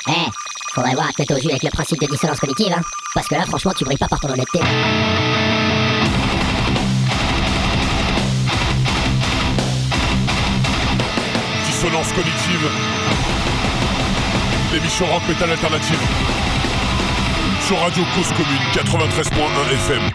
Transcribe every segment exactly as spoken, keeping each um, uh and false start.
Eh, faudrait voir à tête aux yeux avec le principe de dissonance cognitive, hein. Parce que là, franchement, tu brilles pas par ton honnêteté. Dissonance cognitive. L'émission rock metal alternative. Sur Radio Cause Commune quatre-vingt-treize point un F M.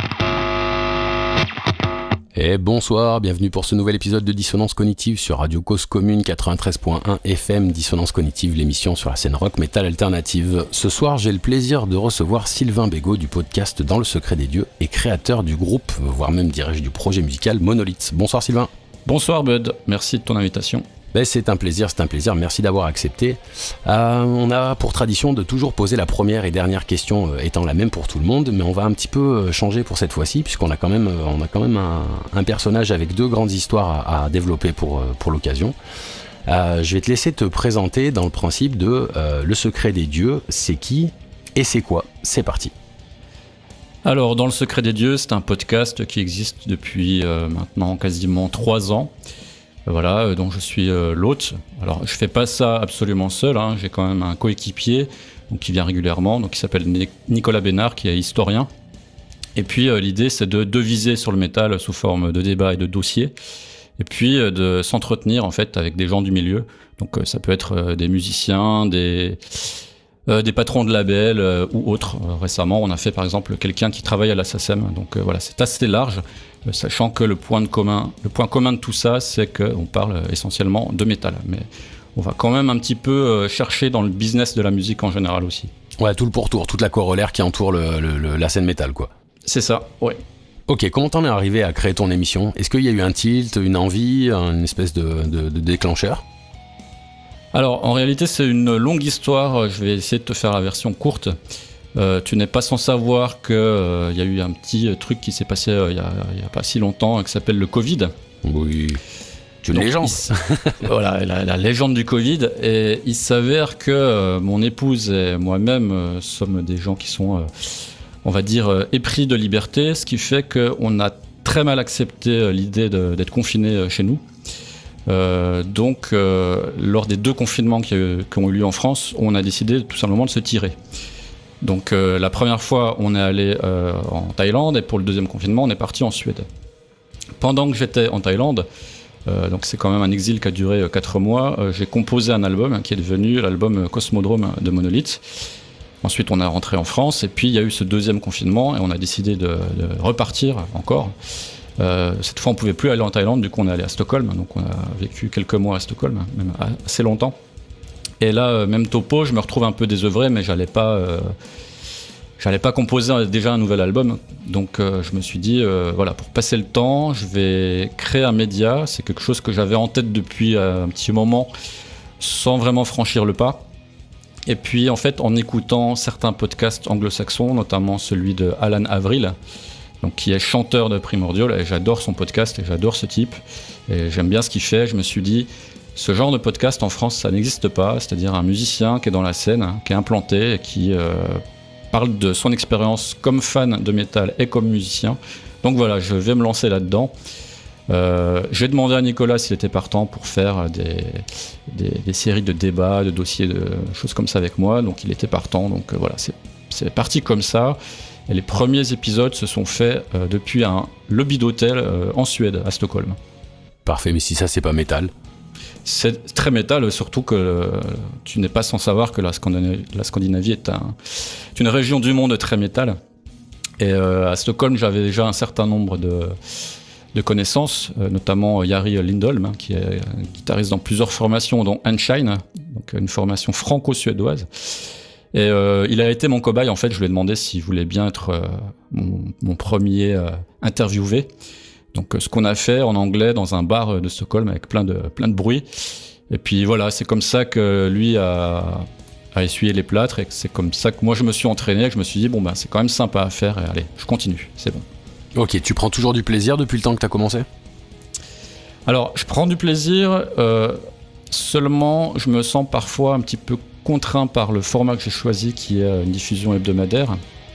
Et bonsoir, bienvenue pour ce nouvel épisode de Dissonance Cognitive sur Radio Cause Commune quatre-vingt-treize point un F M. Dissonance Cognitive, l'émission sur la scène rock metal alternative. Ce soir, j'ai le plaisir de recevoir Sylvain Bégaud du podcast Dans le secret des dieux et créateur du groupe, voire même dirige du projet musical Monolith. Bonsoir Sylvain. Bonsoir Bud, merci de ton invitation. Ben, c'est un plaisir, c'est un plaisir, merci d'avoir accepté. Euh, on a pour tradition de toujours poser la première et dernière question euh, étant la même pour tout le monde, mais on va un petit peu changer pour cette fois-ci, puisqu'on a quand même, euh, on a quand même un, un personnage avec deux grandes histoires à, à développer pour, euh, pour l'occasion. Euh, je vais te laisser te présenter dans le principe de euh, Le secret des dieux, c'est qui et c'est quoi ? C'est parti. Alors, Dans le secret des dieux, c'est un podcast qui existe depuis euh, maintenant quasiment trois ans. Voilà, euh, donc je suis euh, l'hôte. Alors, je fais pas ça absolument seul, hein. J'ai quand même un coéquipier donc, qui vient régulièrement, donc, qui s'appelle Nicolas Bénard, qui est historien. Et puis, euh, l'idée, c'est de deviser sur le métal sous forme de débat et de dossiers, et puis euh, de s'entretenir en fait avec des gens du milieu. Donc, euh, ça peut être euh, des musiciens, des... Euh, des patrons de labels euh, ou autres. Euh, récemment, on a fait par exemple quelqu'un qui travaille à la S A C E M. Donc euh, voilà, c'est assez large, euh, sachant que le point, de commun, le point commun de tout ça, c'est qu'on parle essentiellement de métal. Mais on va quand même un petit peu euh, chercher dans le business de la musique en général aussi. Ouais, tout le pourtour, toute la corollaire qui entoure le, le, le, la scène métal, quoi. C'est ça, ouais. Ok, comment t'en es arrivé à créer ton émission ? Est-ce qu'il y a eu un tilt, une envie, une espèce de, de, de déclencheur ? Alors, en réalité, c'est une longue histoire. Je vais essayer de te faire la version courte. Euh, tu n'es pas sans savoir qu'il euh, y a eu un petit truc qui s'est passé euh, il n'y a, a pas si longtemps, qui s'appelle le Covid. Oui, c'est une légende. Il, voilà, la, la légende du Covid. Et il s'avère que euh, mon épouse et moi-même euh, sommes des gens qui sont, euh, on va dire, euh, épris de liberté, ce qui fait qu'on a très mal accepté euh, l'idée de, d'être confinés euh, chez nous. Euh, donc, euh, lors des deux confinements qui, euh, qui ont eu lieu en France, on a décidé tout simplement de se tirer. Donc, euh, la première fois, on est allé euh, en Thaïlande, et pour le deuxième confinement, on est parti en Suède. Pendant que j'étais en Thaïlande, euh, donc c'est quand même un exil qui a duré euh, quatre mois, euh, j'ai composé un album hein, qui est devenu l'album Cosmodrome de Monolith. Ensuite, on est rentré en France, et puis il y a eu ce deuxième confinement, et on a décidé de, de repartir encore. Euh, cette fois on ne pouvait plus aller en Thaïlande, du coup on est allé à Stockholm, donc on a vécu quelques mois à Stockholm, même assez longtemps. Et là, même topo, je me retrouve un peu désœuvré, mais j'allais pas, euh, j'allais pas composer déjà un nouvel album, donc euh, je me suis dit, euh, voilà, pour passer le temps, je vais créer un média. C'est quelque chose que j'avais en tête depuis euh, un petit moment, sans vraiment franchir le pas. Et puis en fait, en écoutant certains podcasts anglo-saxons, notamment celui de Alan Avril, donc qui est chanteur de Primordial, et j'adore son podcast et j'adore ce type et j'aime bien ce qu'il fait. Je me suis dit, ce genre de podcast en France ça n'existe pas, c'est-à-dire un musicien qui est dans la scène, hein, qui est implanté et qui euh, parle de son expérience comme fan de métal et comme musicien. Donc voilà, je vais me lancer là-dedans. Euh, j'ai demandé à Nicolas s'il était partant pour faire des, des, des séries de débats, de dossiers, de choses comme ça avec moi, donc il était partant, donc euh, voilà, c'est, c'est parti comme ça. Et les premiers épisodes se sont faits euh, depuis un lobby d'hôtel euh, en Suède, à Stockholm. Parfait, mais si ça c'est pas métal. C'est très métal, surtout que euh, tu n'es pas sans savoir que la Scandinavie, la Scandinavie est, un, est une région du monde très métal. Et euh, à Stockholm, j'avais déjà un certain nombre de, de connaissances, euh, notamment Jari Lindholm, hein, qui est guitariste dans plusieurs formations, dont Unshine, donc une formation franco-suédoise. Et euh, il a été mon cobaye, en fait. Je lui ai demandé s'il voulait bien être euh, mon, mon premier euh, interviewé. Donc euh, ce qu'on a fait en anglais dans un bar de Stockholm avec plein de, plein de bruit. Et puis voilà, c'est comme ça que lui a, a essuyé les plâtres, et que c'est comme ça que moi je me suis entraîné, et que je me suis dit bon ben c'est quand même sympa à faire, et allez, je continue, c'est bon. Ok, tu prends toujours du plaisir depuis le temps que tu as commencé ? Alors je prends du plaisir, euh, seulement je me sens parfois un petit peu contraint par le format que j'ai choisi, qui est une diffusion hebdomadaire.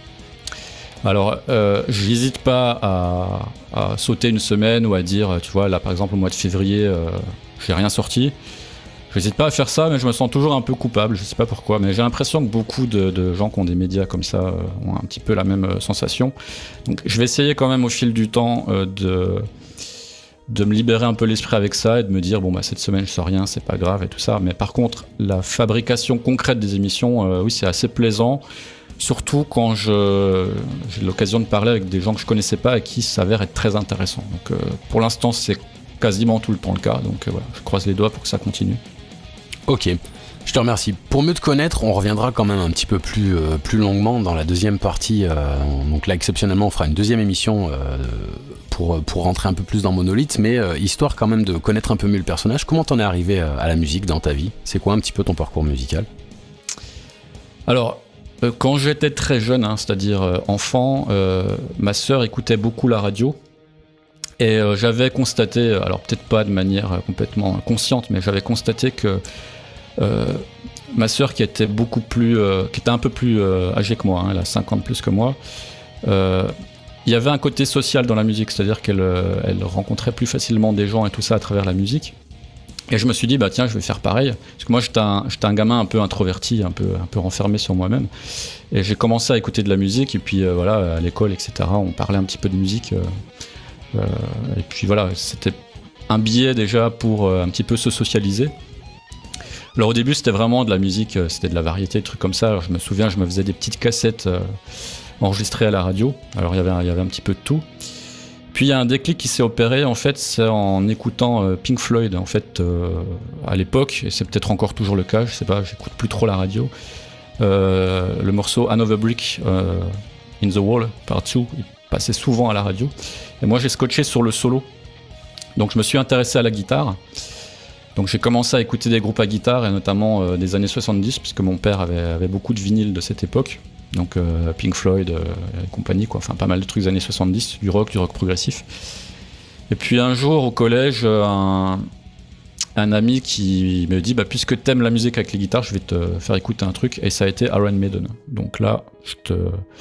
Alors, euh, j'hésite pas à, à sauter une semaine ou à dire, tu vois, là par exemple au mois de février, euh, j'ai rien sorti. Je n'hésite pas à faire ça, mais je me sens toujours un peu coupable, je sais pas pourquoi, mais j'ai l'impression que beaucoup de, de gens qui ont des médias comme ça euh, ont un petit peu la même euh, sensation. Donc je vais essayer quand même au fil du temps euh, de, de me libérer un peu l'esprit avec ça et de me dire bon bah cette semaine je sors rien, c'est pas grave et tout ça. Mais par contre, la fabrication concrète des émissions, euh, oui c'est assez plaisant, surtout quand je, j'ai l'occasion de parler avec des gens que je connaissais pas et qui s'avèrent être très intéressants. Donc euh, pour l'instant c'est quasiment tout le temps le cas, donc euh, voilà, je croise les doigts pour que ça continue. Ok, je te remercie. Pour mieux te connaître, on reviendra quand même un petit peu plus, euh, plus longuement dans la deuxième partie. Euh, donc là, exceptionnellement, on fera une deuxième émission euh, pour, pour rentrer un peu plus dans Monolith, mais euh, histoire quand même de connaître un peu mieux le personnage. Comment t'en es arrivé à la musique dans ta vie ? C'est quoi un petit peu ton parcours musical ? Alors, euh, quand j'étais très jeune, hein, c'est-à-dire euh, enfant, euh, ma sœur écoutait beaucoup la radio. Et euh, j'avais constaté, alors peut-être pas de manière complètement consciente, mais j'avais constaté que euh, ma sœur, qui était beaucoup plus, euh, qui était un peu plus euh, âgée que moi, hein, elle a cinq ans de plus que moi, euh, il y avait un côté social dans la musique, c'est-à-dire qu'elle euh, elle rencontrait plus facilement des gens et tout ça à travers la musique. Et je me suis dit, bah tiens, je vais faire pareil, parce que moi j'étais un, j'étais un gamin un peu introverti, un peu, un peu renfermé sur moi-même, et j'ai commencé à écouter de la musique, et puis euh, voilà, à l'école, et cetera, on parlait un petit peu de musique. Euh, Euh, et puis voilà, c'était un biais déjà pour euh, un petit peu se socialiser. Alors au début c'était vraiment de la musique, euh, c'était de la variété, des trucs comme ça. Alors, je me souviens, je me faisais des petites cassettes euh, enregistrées à la radio. Alors il y avait, il y avait un petit peu de tout. Puis il y a un déclic qui s'est opéré en fait, c'est en écoutant euh, Pink Floyd en fait euh, à l'époque, et c'est peut-être encore toujours le cas, je sais pas, j'écoute plus trop la radio. Euh, le morceau Another Brick euh, in the Wall par deux, il passait souvent à la radio. Et moi j'ai scotché sur le solo, donc je me suis intéressé à la guitare, donc j'ai commencé à écouter des groupes à guitare et notamment euh, des années soixante-dix, puisque mon père avait, avait beaucoup de vinyles de cette époque, donc euh, Pink Floyd euh, et compagnie quoi, enfin pas mal de trucs des années soixante-dix, du rock, du rock progressif. Et puis un jour au collège, un, un ami qui me dit bah, puisque t'aimes la musique avec les guitares, je vais te faire écouter un truc, et ça a été Iron Maiden. Donc là je te...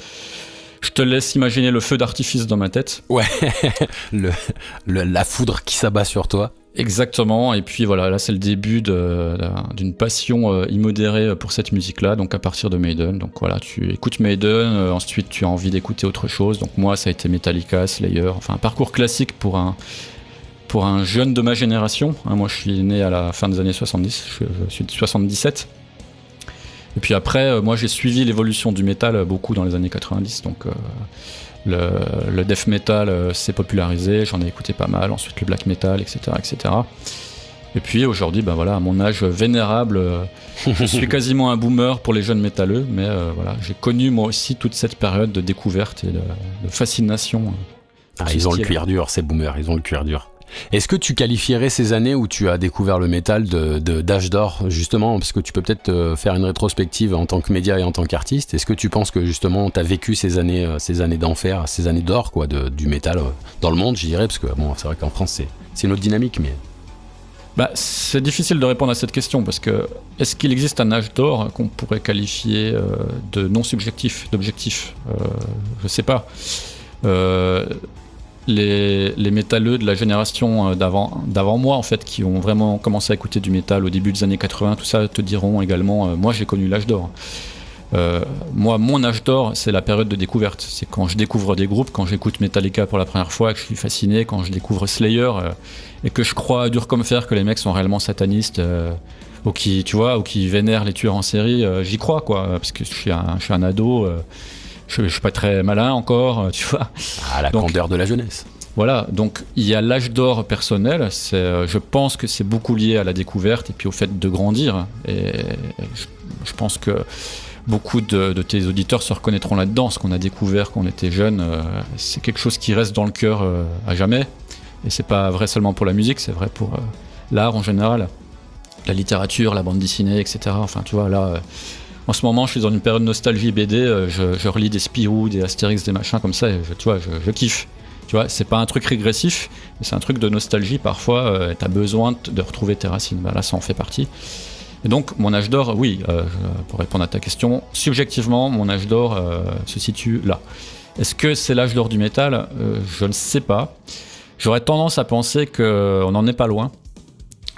Je te laisse imaginer le feu d'artifice dans ma tête. Ouais, le, le, la foudre qui s'abat sur toi. Exactement, et puis voilà, là c'est le début de, de, d'une passion euh, immodérée pour cette musique-là, donc à partir de Maiden. Donc voilà, tu écoutes Maiden, euh, ensuite tu as envie d'écouter autre chose. Donc moi ça a été Metallica, Slayer, enfin un parcours classique pour un, pour un jeune de ma génération. Hein, moi je suis né à la fin des années soixante-dix, je, je suis de soixante-dix-sept. Et puis après, euh, moi j'ai suivi l'évolution du métal euh, beaucoup dans les années quatre-vingt-dix, donc euh, le, le death metal euh, s'est popularisé, j'en ai écouté pas mal, ensuite le black metal, et cetera, et cetera. Et puis aujourd'hui, ben voilà, à mon âge vénérable, euh, je suis quasiment un boomer pour les jeunes métalleux, mais euh, voilà, j'ai connu moi aussi toute cette période de découverte et de, de fascination. Ah, ils ont le cuir dur, ces boomers, ils ont le cuir dur. Est-ce que tu qualifierais ces années où tu as découvert le métal de, de, d'âge d'or, justement, parce que tu peux peut-être faire une rétrospective en tant que média et en tant qu'artiste. Est-ce que tu penses que justement tu as vécu ces années, ces années d'enfer, ces années d'or quoi, de, du métal dans le monde, je dirais, parce que bon, c'est vrai qu'en France c'est, c'est une autre dynamique, mais... Bah, c'est difficile de répondre à cette question, parce que est-ce qu'il existe un âge d'or qu'on pourrait qualifier euh, de non subjectif, d'objectif euh, Je sais pas. Euh, Les, les métalleux de la génération d'avant, d'avant moi, en fait, qui ont vraiment commencé à écouter du métal au début des années quatre-vingts, tout ça, te diront également, euh, moi j'ai connu l'âge d'or. Euh, moi, mon âge d'or, c'est la période de découverte. C'est quand je découvre des groupes, quand j'écoute Metallica pour la première fois, que je suis fasciné, quand je découvre Slayer, euh, et que je crois dur comme fer que les mecs sont réellement satanistes, euh, ou qui, tu vois, ou qui vénèrent les tueurs en série, euh, j'y crois, quoi, parce que je suis un, je suis un ado. Euh, Je, je suis pas très malin encore, tu vois. Ah, la donc, candeur de la jeunesse. Voilà, donc il y a l'âge d'or personnel, c'est, je pense que c'est beaucoup lié à la découverte et puis au fait de grandir. Et je, je pense que beaucoup de, de tes auditeurs se reconnaîtront là-dedans, ce qu'on a découvert quand on était jeune, euh, c'est quelque chose qui reste dans le cœur euh, à jamais. Et c'est pas vrai seulement pour la musique, c'est vrai pour euh, l'art en général, la littérature, la bande dessinée, et cetera. Enfin, tu vois, là... Euh, En ce moment, je suis dans une période nostalgie B D, je, je relis des Spirou, des Astérix, des machins comme ça, et je, tu vois, je, je kiffe. Tu vois, c'est pas un truc régressif, mais c'est un truc de nostalgie. Parfois, euh, t'as besoin de retrouver tes racines. Ben là, ça en fait partie. Et donc, mon âge d'or, oui, euh, pour répondre à ta question, subjectivement, mon âge d'or euh, se situe là. Est-ce que c'est l'âge d'or du métal ? euh, Je ne sais pas. J'aurais tendance à penser qu'on n'en est pas loin.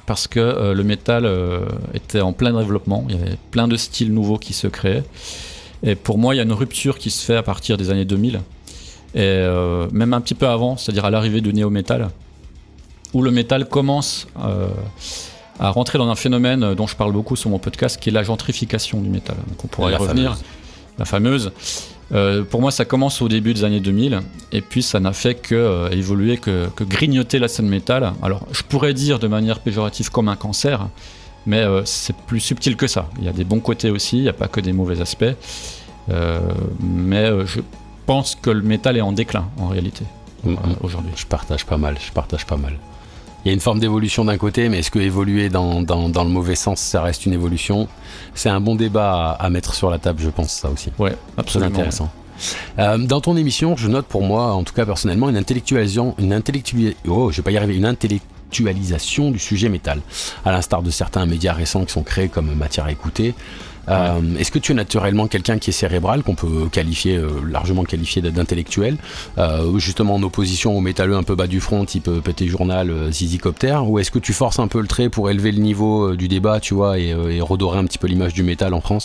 parce que euh, le métal euh, était en plein développement, il y avait plein de styles nouveaux qui se créaient. Et pour moi, il y a une rupture qui se fait à partir des années deux mille, et euh, même un petit peu avant, c'est-à-dire à l'arrivée du néo-métal, où le métal commence euh, à rentrer dans un phénomène dont je parle beaucoup sur mon podcast, qui est la gentrification du métal. Donc on pourra y revenir, fameuse. la fameuse. Euh, pour moi, ça commence au début des années deux mille, et puis ça n'a fait que euh, évoluer, que, que grignoter la scène métal. Alors, je pourrais dire de manière péjorative comme un cancer, mais euh, c'est plus subtil que ça. Il y a des bons côtés aussi, il n'y a pas que des mauvais aspects. Euh, mais euh, je pense que le métal est en déclin, en réalité, mmh. euh, aujourd'hui. Je partage pas mal, je partage pas mal. Il y a une forme d'évolution d'un côté, mais est-ce que évoluer dans, dans, dans le mauvais sens, ça reste une évolution ? C'est un bon débat à, à mettre sur la table, je pense, ça aussi. Ouais, absolument. C'est intéressant. Euh, dans ton émission, je note pour moi, en tout cas personnellement, une intellectualisation, une intellectualisation, oh, je vais pas y arriver, une intellectualisation du sujet métal, à l'instar de certains médias récents qui sont créés comme matière à écouter. Euh, ouais. Est-ce que tu es naturellement quelqu'un qui est cérébral, qu'on peut qualifier, euh, largement qualifier d'intellectuel, euh, justement en opposition aux métalleux un peu bas du front, type euh, P T Journal, euh, Zizi Copter, ou est-ce que tu forces un peu le trait pour élever le niveau euh, du débat, tu vois, et, euh, et redorer un petit peu l'image du métal en France ?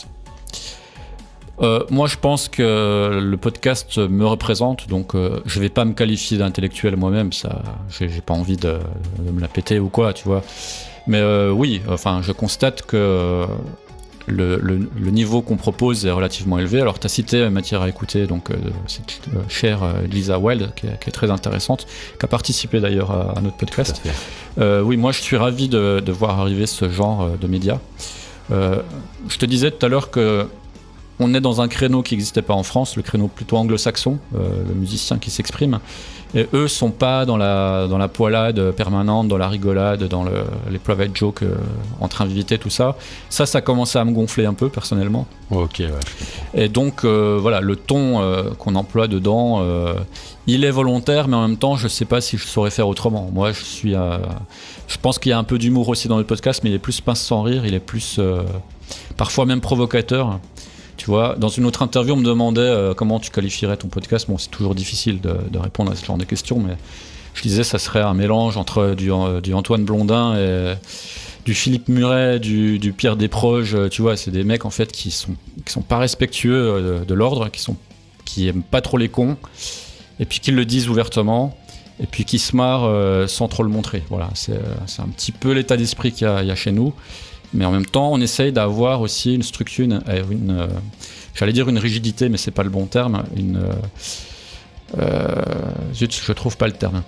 Euh, moi, je pense que le podcast me représente, donc euh, je vais pas me qualifier d'intellectuel moi-même, ça, j'ai, j'ai pas envie de, de me la péter ou quoi, tu vois. Mais euh, oui, enfin, je constate que le, le, le niveau qu'on propose est relativement élevé. Alors, tu as cité Matière à écouter, donc euh, cette euh, chère euh, Lisa Wild, qui est, qui est très intéressante, qui a participé d'ailleurs à, à notre podcast. Euh, oui, moi, je suis ravi de, de voir arriver ce genre de médias. Euh, je te disais tout à l'heure que on est dans un créneau qui n'existait pas en France, le créneau plutôt anglo-saxon, euh, le musicien qui s'exprime. Et eux sont pas dans la, dans la poilade permanente, dans la rigolade, dans le, les private jokes euh, entre invités, tout ça. Ça, ça commençait à me gonfler un peu, personnellement. Ok, ouais. Et donc, euh, voilà, le ton euh, qu'on emploie dedans, euh, il est volontaire, mais en même temps, je sais pas si je saurais faire autrement. Moi, je suis... Euh, je pense qu'il y a un peu d'humour aussi dans le podcast, mais il est plus pince sans rire, il est plus... Euh, parfois même provocateur. Tu vois, dans une autre interview, on me demandait euh, comment tu qualifierais ton podcast. Bon, c'est toujours difficile de, de répondre à ce genre de questions, mais je disais ça serait un mélange entre du, euh, du Antoine Blondin et du Philippe Muret, du, du Pierre Desproges. Tu vois, c'est des mecs en fait qui sont qui sont pas respectueux de, de l'ordre, qui sont qui aiment pas trop les cons, et puis qui le disent ouvertement, et puis qui se marrent euh, sans trop le montrer. Voilà, c'est c'est un petit peu l'état d'esprit qu'il y a, il y a chez nous. Mais en même temps, on essaye d'avoir aussi une structure, une, une euh, j'allais dire une rigidité, mais c'est pas le bon terme. Une, euh, euh, zut, je trouve pas le terme.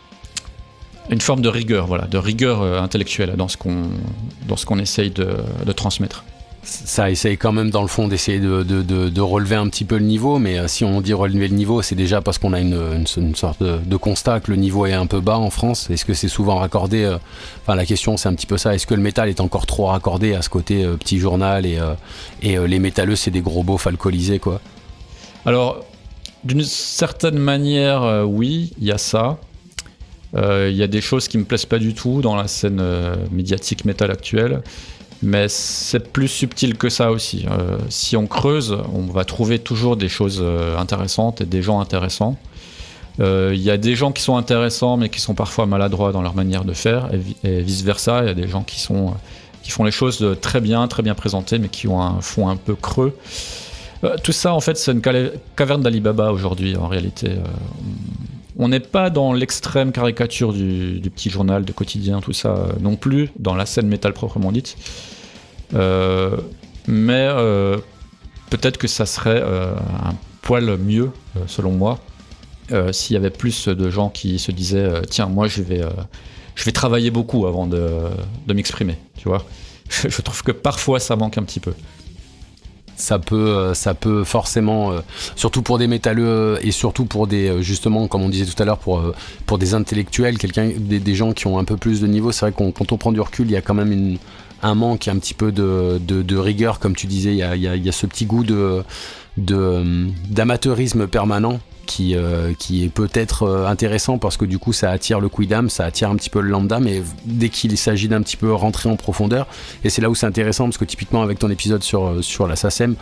Une forme de rigueur, voilà, de rigueur euh, intellectuelle dans ce qu'on, dans ce qu'on essaye de, de transmettre. Ça essaye quand même dans le fond d'essayer de, de, de, de relever un petit peu le niveau, mais euh, si on dit relever le niveau, c'est déjà parce qu'on a une, une, une sorte de, de constat que le niveau est un peu bas en France. Est-ce que c'est souvent raccordé euh, enfin la question c'est un petit peu ça, est-ce que le métal est encore trop raccordé à ce côté euh, petit journal et, euh, et euh, les métalleux c'est des gros beaufs alcoolisés quoi? Alors d'une certaine manière euh, oui, il y a ça. Il euh, y a des choses qui me plaisent pas du tout dans la scène euh, médiatique métal actuelle. Mais c'est plus subtil que ça aussi. Euh, si on creuse, on va trouver toujours des choses euh, intéressantes et des gens intéressants. Il euh, y a des gens qui sont intéressants mais qui sont parfois maladroits dans leur manière de faire et, vi- et vice-versa. Il y a des gens qui, sont, qui font les choses très bien, très bien présentées mais qui ont un fond un peu creux. Euh, tout ça en fait c'est une cal- caverne d'Ali Baba aujourd'hui en réalité. Euh, on n'est pas dans l'extrême caricature du, du petit journal, de quotidien, tout ça euh, non plus, dans la scène métal proprement dite. Euh, mais euh, peut-être que ça serait euh, un poil mieux, euh, selon moi, euh, s'il y avait plus de gens qui se disaient euh, tiens, moi je vais, euh, je vais travailler beaucoup avant de, de m'exprimer, tu vois. Je trouve que parfois ça manque un petit peu. Ça peut, ça peut forcément, euh, surtout pour des métalleux et surtout pour des, justement, comme on disait tout à l'heure, pour, pour des intellectuels, quelqu'un, des, des gens qui ont un peu plus de niveau. C'est vrai qu'on, quand on prend du recul, il y a quand même une, un manque, un petit peu de, de, de rigueur, comme tu disais. Il y a, il y a, il y a ce petit goût de, de, d'amateurisme permanent qui, euh, qui est peut-être euh, intéressant parce que du coup ça attire le quidam, ça attire un petit peu le lambda, mais dès qu'il s'agit d'un petit peu rentrer en profondeur, et c'est là où c'est intéressant parce que typiquement avec ton épisode sur, sur la SACEM,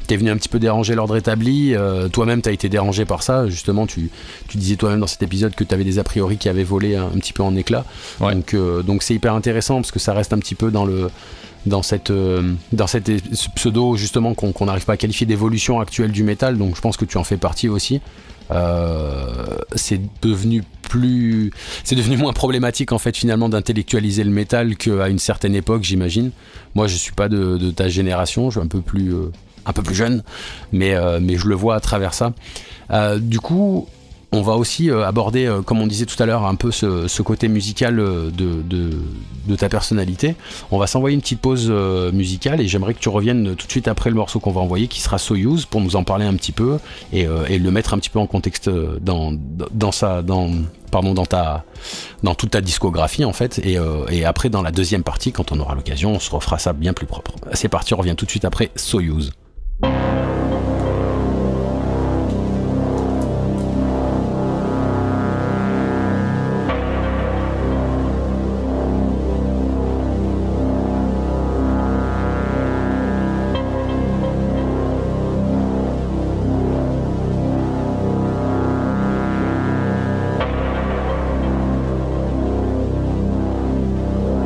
t'es venu un petit peu déranger l'ordre établi. Euh, toi-même, t'as été dérangé par ça. Justement, tu, tu disais toi-même dans cet épisode que t'avais des a priori qui avaient volé un, un petit peu en éclats. Ouais. Donc, euh, donc c'est hyper intéressant parce que ça reste un petit peu dans le dans cette euh, dans cette ce pseudo justement qu'on qu'on n'arrive pas à qualifier d'évolution actuelle du métal. Donc, je pense que tu en fais partie aussi. Euh, c'est devenu plus c'est devenu moins problématique en fait finalement d'intellectualiser le métal qu'à une certaine époque, j'imagine. Moi, je suis pas de, de ta génération, je suis un peu plus euh, un peu plus jeune, mais, euh, mais je le vois à travers ça. Euh, du coup, on va aussi euh, aborder, euh, comme on disait tout à l'heure, un peu ce, ce côté musical euh, de, de, de ta personnalité. On va s'envoyer une petite pause euh, musicale et j'aimerais que tu reviennes tout de suite après le morceau qu'on va envoyer, qui sera Soyuz, pour nous en parler un petit peu et, euh, et le mettre un petit peu en contexte dans, dans, sa, dans, pardon, dans, ta, dans toute ta discographie en fait. Et, euh, et après, dans la deuxième partie, quand on aura l'occasion, on se refera ça bien plus propre. C'est parti, on revient tout de suite après Soyuz.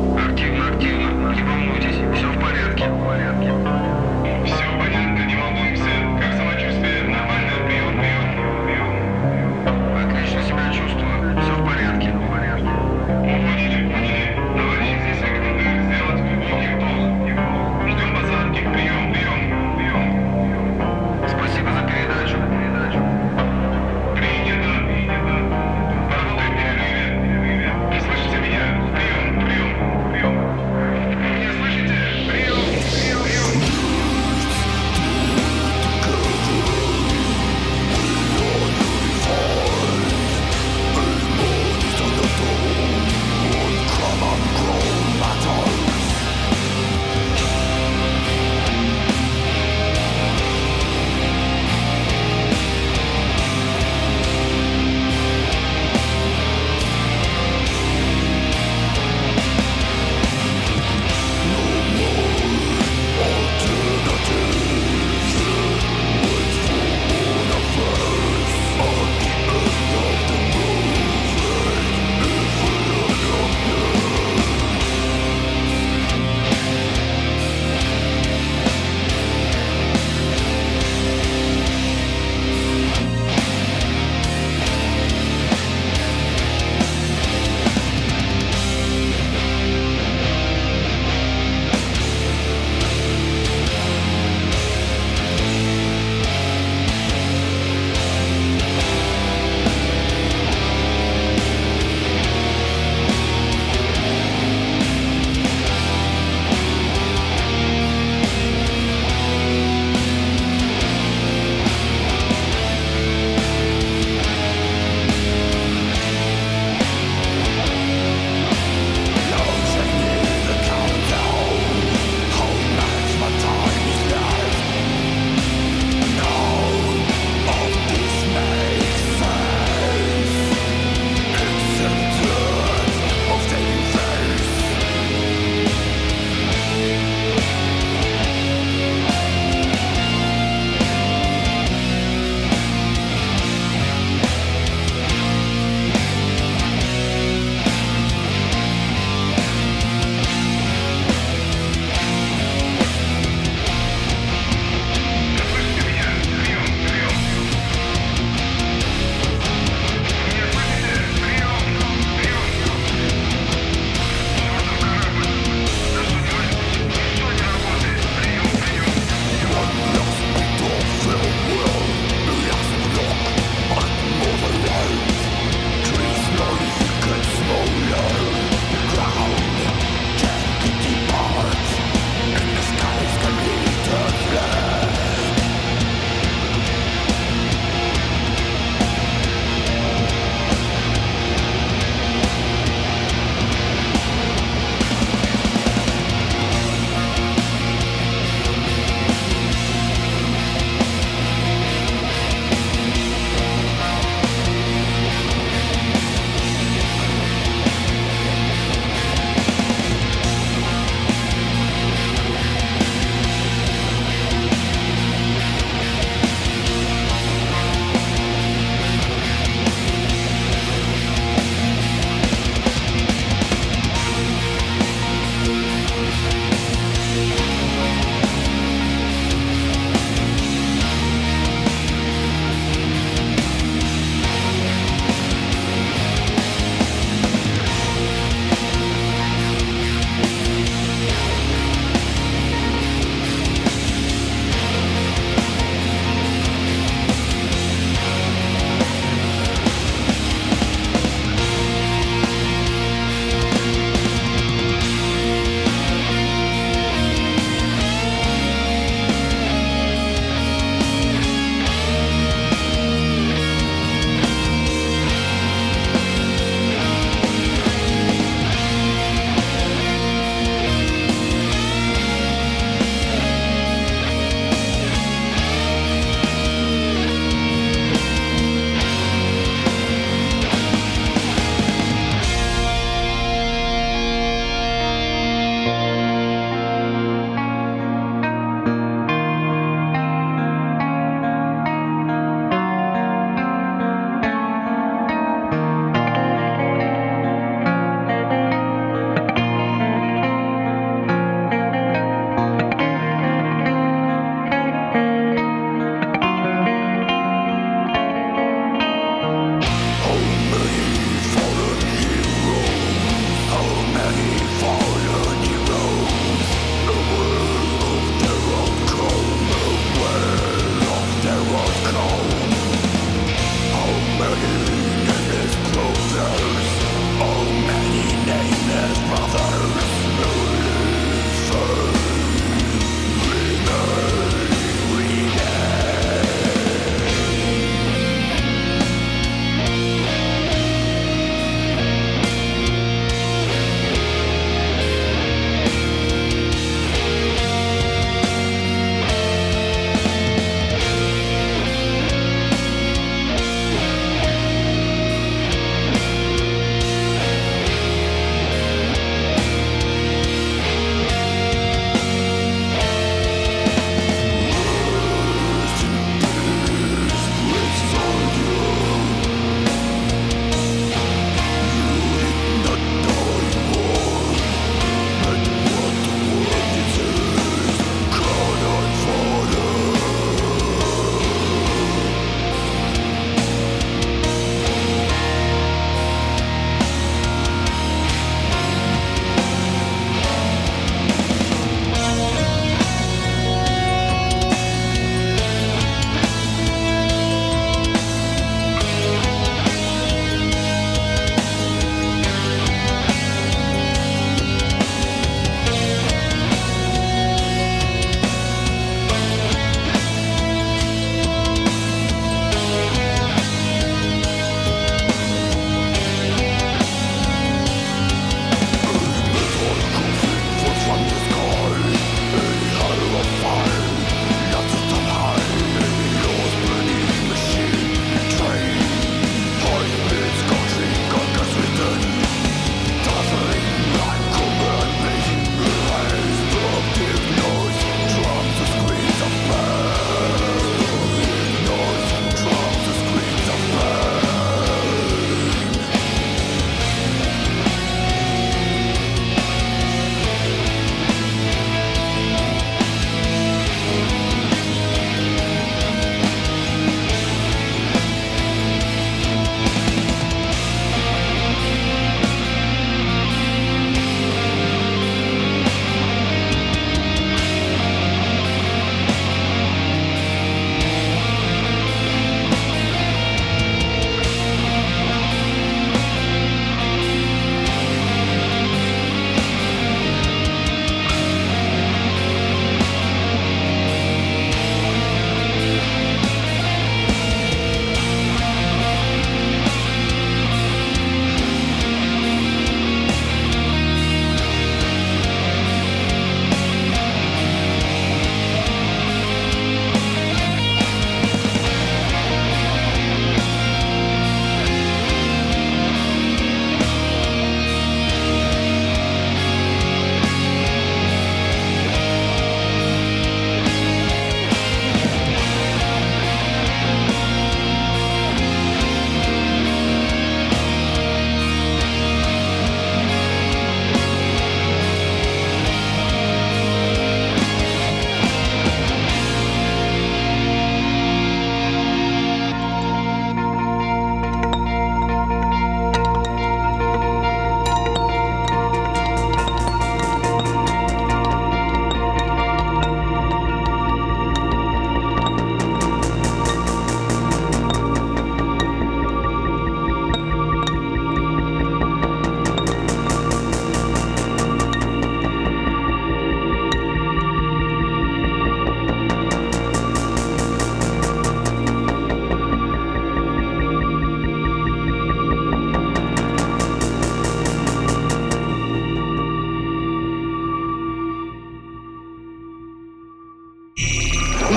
Активно, активно, не волнуйтесь, все в порядке. Все понятно, не волнуйтесь.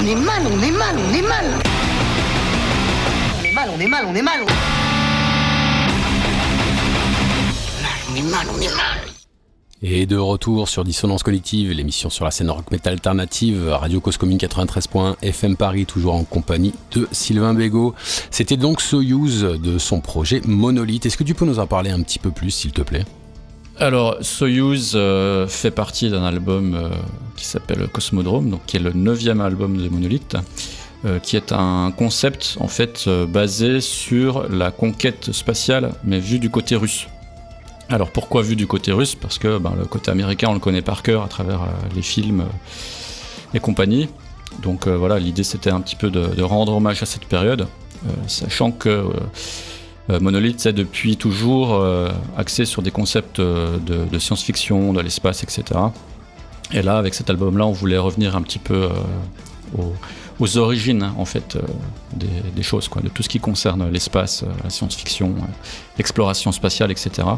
On est mal, on est mal, on est mal. On est mal, on est mal, on est mal. On est mal, on est mal. Et de retour sur Dissonance Cognitive, l'émission sur la scène rock metal alternative, Radio Cause Commune quatre-vingt-treize point un F M Paris, toujours en compagnie de Sylvain Bégaud. C'était donc Soyouz de son projet Monolith. Est-ce que tu peux nous en parler un petit peu plus, s'il te plaît ? Alors, Soyouz euh, fait partie d'un album euh, qui s'appelle Cosmodrome, donc qui est le neuvième album de Monolith, euh, qui est un concept en fait euh, basé sur la conquête spatiale, mais vu du côté russe. Alors pourquoi vu du côté russe ? Parce que ben, le côté américain on le connaît par cœur à travers euh, les films euh, et compagnie. Donc euh, voilà, l'idée c'était un petit peu de, de rendre hommage à cette période, euh, sachant que euh, Monolith est depuis toujours euh, axé sur des concepts euh, de, de science-fiction, de l'espace, et cetera. Et là, avec cet album-là, on voulait revenir un petit peu euh, aux, aux origines en fait euh, des, des choses, quoi, de tout ce qui concerne l'espace, euh, la science-fiction, euh, l'exploration spatiale, et cetera.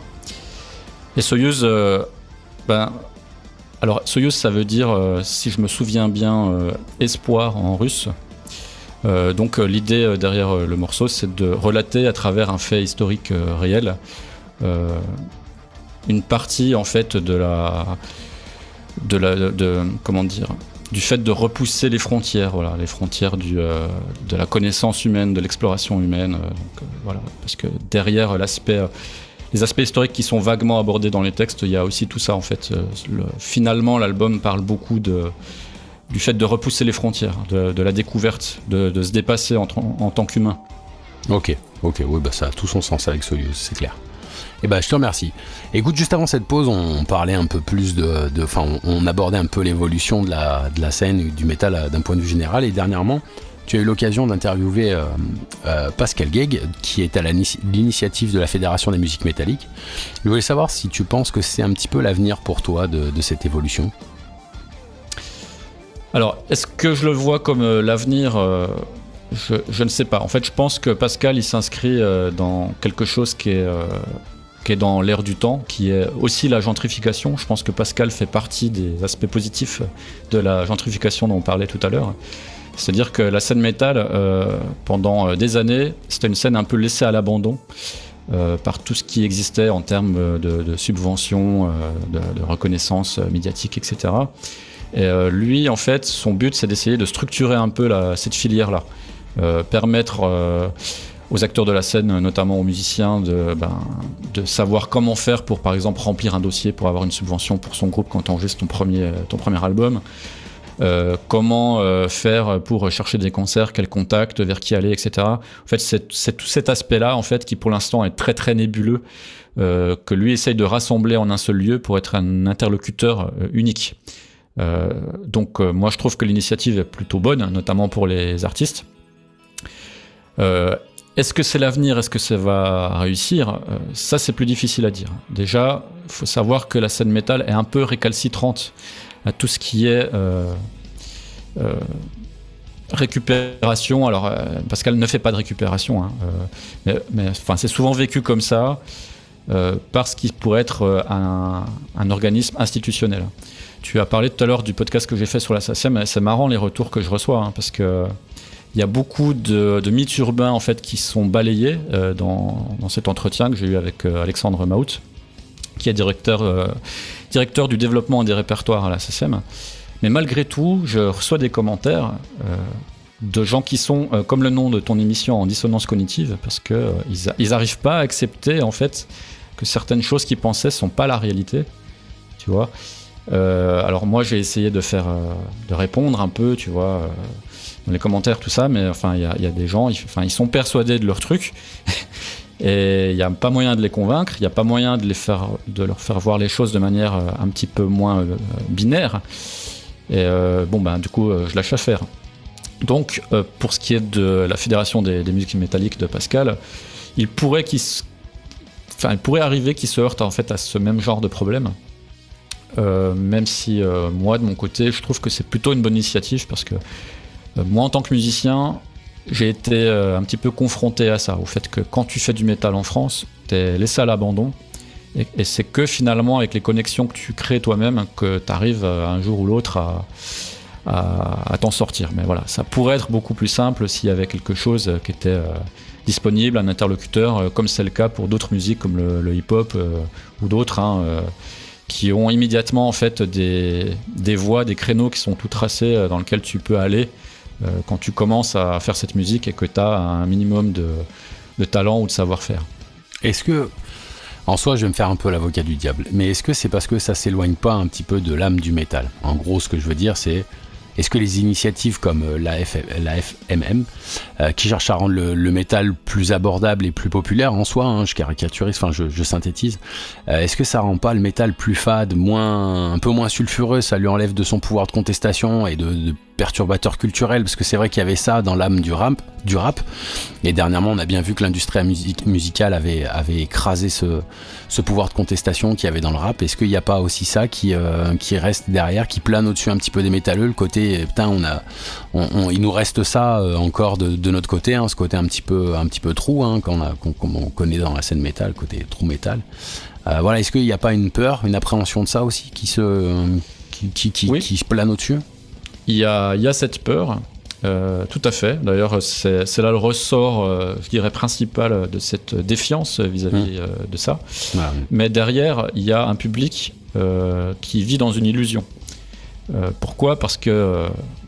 Et Soyouz, euh, ben, alors Soyouz ça veut dire, euh, si je me souviens bien, euh, espoir en russe. Euh, donc euh, l'idée euh, derrière euh, le morceau, c'est de relater à travers un fait historique euh, réel euh, une partie en fait de la, de la, de, de, comment dire, du fait de repousser les frontières, voilà, les frontières du, euh, de la connaissance humaine, de l'exploration humaine. Euh, donc, euh, voilà, parce que derrière l'aspect euh, les aspects historiques qui sont vaguement abordés dans les textes, il y a aussi tout ça en fait. Le, finalement, l'album parle beaucoup de, du fait de repousser les frontières, de, de la découverte, de, de se dépasser en, en tant qu'humain. Ok, ok, oui, bah ça a tout son sens avec Soyouz, c'est clair. Et bah je te remercie. Écoute, juste avant cette pause, on parlait un peu plus de, de, enfin, on, on abordait un peu l'évolution de la, de la scène du métal d'un point de vue général. Et dernièrement, tu as eu l'occasion d'interviewer euh, euh, Pascal Guègue, qui est à la, l'initiative de la Fédération des musiques métalliques. Je voulais savoir si tu penses que c'est un petit peu l'avenir pour toi de, de cette évolution. Alors, est-ce que je le vois comme euh, l'avenir ? euh, je, je ne sais pas. En fait, je pense que Pascal, il s'inscrit euh, dans quelque chose qui est, euh, qui est dans l'air du temps, qui est aussi la gentrification. Je pense que Pascal fait partie des aspects positifs de la gentrification dont on parlait tout à l'heure. C'est-à-dire que la scène métal, euh, pendant des années, c'était une scène un peu laissée à l'abandon euh, par tout ce qui existait en termes de, de subventions, euh, de, de reconnaissance médiatique, et cetera. Et euh, lui, en fait, son but, c'est d'essayer de structurer un peu la, cette filière-là, euh, permettre euh, aux acteurs de la scène, notamment aux musiciens, de, ben, de savoir comment faire pour, par exemple, remplir un dossier pour avoir une subvention pour son groupe quand tu enregistres ton premier, ton premier album. Euh, comment euh, faire pour chercher des concerts, quel contact, vers qui aller, et cetera. En fait, c'est, c'est tout cet aspect-là, en fait, qui pour l'instant est très très nébuleux, euh, que lui essaye de rassembler en un seul lieu pour être un interlocuteur euh, unique. Euh, donc, euh, moi, je trouve que l'initiative est plutôt bonne, notamment pour les artistes. Euh, est-ce que c'est l'avenir ? Est-ce que ça va réussir ? euh, Ça, c'est plus difficile à dire. Déjà, il faut savoir que la scène métal est un peu récalcitrante à tout ce qui est euh, euh, récupération. Alors, euh, Pascal ne fait pas de récupération, hein, euh, mais, mais enfin, c'est souvent vécu comme ça, euh, parce qu'il pourrait être euh, un, un organisme institutionnel. Tu as parlé tout à l'heure du podcast que j'ai fait sur la S A C E M, c'est marrant les retours que je reçois, hein, parce que il y a beaucoup de, de mythes urbains en fait, qui sont balayés euh, dans, dans cet entretien que j'ai eu avec euh, Alexandre Maut, qui est directeur, euh, directeur du développement et des répertoires à la S A C E M. Mais malgré tout, je reçois des commentaires euh, de gens qui sont, euh, comme le nom de ton émission, en dissonance cognitive, parce qu'ils euh, ils n'arrivent pas à accepter en fait, que certaines choses qu'ils pensaient ne sont pas la réalité. Tu vois euh, alors moi, j'ai essayé de, faire, euh, de répondre un peu, tu vois, euh, dans les commentaires, tout ça, mais enfin, il y, y a des gens, ils, ils sont persuadés de leur truc. Et il n'y a pas moyen de les convaincre, il n'y a pas moyen de, les faire, de leur faire voir les choses de manière euh, un petit peu moins euh, binaire. Et euh, bon, ben, du coup, euh, je lâche l'affaire. Donc, euh, pour ce qui est de la Fédération des, des musiques métalliques de Pascal, il pourrait, qu'il s... enfin, il pourrait arriver qu'il se heurte en fait, à ce même genre de problème. Euh, même si, euh, moi, de mon côté, je trouve que c'est plutôt une bonne initiative parce que euh, moi, en tant que musicien, j'ai été euh, un petit peu confronté à ça, au fait que quand tu fais du métal en France, t'es laissé à l'abandon, et, et c'est que finalement avec les connexions que tu crées toi-même que tu arrives euh, un jour ou l'autre à, à, à t'en sortir. Mais voilà, ça pourrait être beaucoup plus simple s'il y avait quelque chose qui était euh, disponible, un interlocuteur, euh, comme c'est le cas pour d'autres musiques comme le, le hip-hop euh, ou d'autres, hein, euh, qui ont immédiatement en fait des, des voies, des créneaux qui sont tout tracés euh, dans lesquels tu peux aller euh, quand tu commences à faire cette musique et que tu as un minimum de, de talent ou de savoir-faire. Est-ce que, en soi, je vais me faire un peu l'avocat du diable, mais est-ce que c'est parce que ça s'éloigne pas un petit peu de l'âme du métal ? En gros, ce que je veux dire, c'est est-ce que les initiatives comme la, F, la F M M, euh, qui cherchent à rendre le, le métal plus abordable et plus populaire en soi, hein, je caricaturise, enfin je, je synthétise, euh, est-ce que ça rend pas le métal plus fade, moins, un peu moins sulfureux, ça lui enlève de son pouvoir de contestation et de, de perturbateur culturel, parce que c'est vrai qu'il y avait ça dans l'âme du rap, du rap. Et dernièrement, on a bien vu que l'industrie music- musicale avait, avait écrasé ce, ce pouvoir de contestation qu'il y avait dans le rap. Est-ce qu'il n'y a pas aussi ça qui, euh, qui reste derrière, qui plane au-dessus un petit peu des métalleux, le côté, putain, on a, on, on, il nous reste ça euh, encore de, de notre côté, hein, ce côté un petit peu, un petit peu trou, hein, qu'on a, qu'on, qu'on connaît dans la scène métal, côté trou métal. Euh, voilà, est-ce qu'il n'y a pas une peur, une appréhension de ça aussi qui se, euh, qui, qui, qui, oui. qui se plane au-dessus ? Il y a, il y a cette peur, euh, tout à fait. D'ailleurs, c'est, c'est là le ressort, euh, je dirais, principal de cette défiance vis-à-vis mmh. euh, de ça. Ah, oui. Mais derrière, il y a un public euh, qui vit dans une illusion. Euh, pourquoi ? Parce que euh,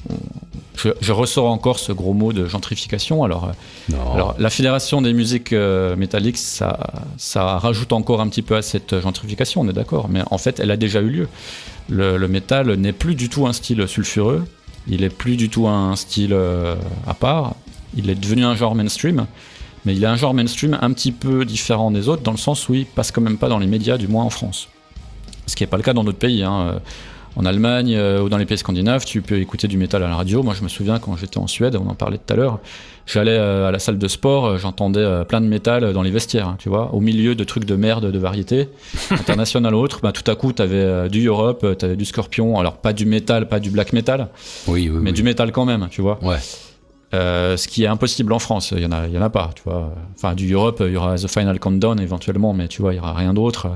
je, je ressors encore ce gros mot de gentrification. Alors, alors la Fédération des musiques euh, métalliques, ça, ça rajoute encore un petit peu à cette gentrification, on est d'accord. Mais en fait, elle a déjà eu lieu. Le, le métal n'est plus du tout un style sulfureux, il n'est plus du tout un style euh, à part, il est devenu un genre mainstream, mais il est un genre mainstream un petit peu différent des autres, dans le sens où il passe quand même pas dans les médias, du moins en France. Ce qui n'est pas le cas dans d'autres pays, hein. En Allemagne euh, ou dans les pays scandinaves, tu peux écouter du métal à la radio. Moi, je me souviens quand j'étais en Suède, on en parlait tout à l'heure, j'allais euh, à la salle de sport, euh, j'entendais euh, plein de métal dans les vestiaires, hein, tu vois, au milieu de trucs de merde, de variété, international ou autre. Bah, tout à coup, t'avais euh, du Europe, euh, t'avais du Scorpion, alors pas du métal, pas du black metal, oui, oui, mais oui. du métal quand même, tu vois. Ouais. Euh, ce qui est impossible en France, il y en a, il y en a pas, tu vois. Enfin, du Europe, il y aura The Final Countdown éventuellement, mais tu vois, il y aura rien d'autre.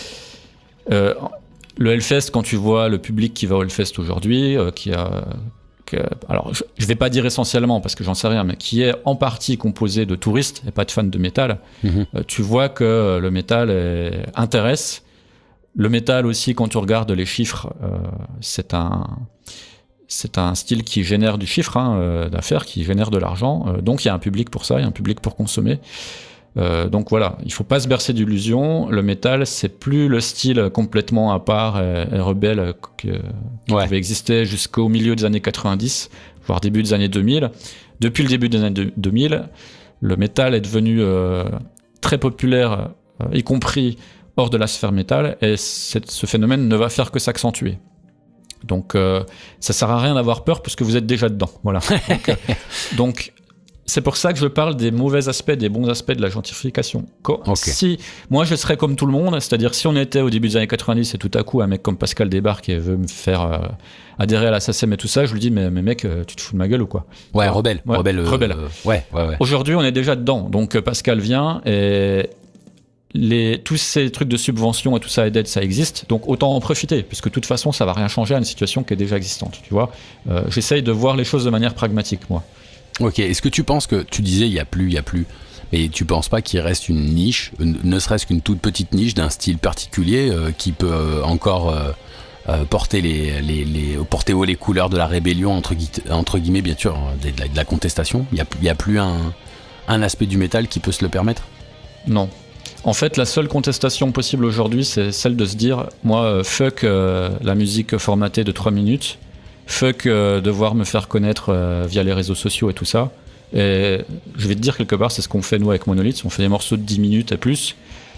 Euh, Le Hellfest, quand tu vois le public qui va au Hellfest aujourd'hui, euh, qui a, qui a, alors je, je vais pas dire essentiellement parce que j'en sais rien, mais qui est en partie composé de touristes et pas de fans de métal, mm-hmm. euh, tu vois que le métal est, intéresse. Le métal aussi, quand tu regardes les chiffres, euh, c'est un, c'est un style qui génère du chiffre hein, euh, d'affaires, qui génère de l'argent. Euh, donc il y a un public pour ça, il y a un public pour consommer. Euh, donc voilà, il faut pas se bercer d'illusions. Le métal, c'est plus le style complètement à part et, et rebelle que, qui ouais. pouvait exister jusqu'au milieu des années quatre-vingt-dix, voire début des années deux mille. Depuis le début des années deux mille, le métal est devenu euh, très populaire, euh, y compris hors de la sphère métal, et cette, ce phénomène ne va faire que s'accentuer. Donc euh, ça sert à rien d'avoir peur puisque vous êtes déjà dedans. Voilà. Donc, euh, donc c'est pour ça que je parle des mauvais aspects, des bons aspects de la gentrification. Okay. Si, moi, je serais comme tout le monde, c'est-à-dire si on était au début des années quatre-vingt-dix et tout à coup un mec comme Pascal débarque et veut me faire euh, adhérer à la S A C E M et tout ça, je lui dis mais, mais mec, tu te fous de ma gueule ou quoi ? Ouais, enfin, rebelle. Ouais, rebelle. Euh, rebelle. Euh, ouais, ouais, ouais. Aujourd'hui, on est déjà dedans. Donc Pascal vient et les, tous ces trucs de subvention et tout ça et d'aide, ça existe. Donc autant en profiter, puisque de toute façon, ça va rien changer à une situation qui est déjà existante. Tu vois, euh, j'essaye de voir les choses de manière pragmatique, moi. Ok, est-ce que tu penses que, tu disais il y a plus, il y a plus, mais tu penses pas qu'il reste une niche, ne serait-ce qu'une toute petite niche d'un style particulier euh, qui peut euh, encore euh, euh, porter, les, les, les, porter haut les couleurs de la rébellion, entre, gui- entre guillemets bien sûr, de, de, la, de la contestation. Il n'y a, a plus un, un aspect du métal qui peut se le permettre ? Non. En fait, la seule contestation possible aujourd'hui, c'est celle de se dire, moi, euh, fuck euh, la musique formatée de trois minutes, fuck euh, devoir me faire connaître euh, via les réseaux sociaux et tout ça. Et je vais te dire quelque part, c'est ce qu'on fait nous avec Monolith, on fait des morceaux de dix minutes et plus.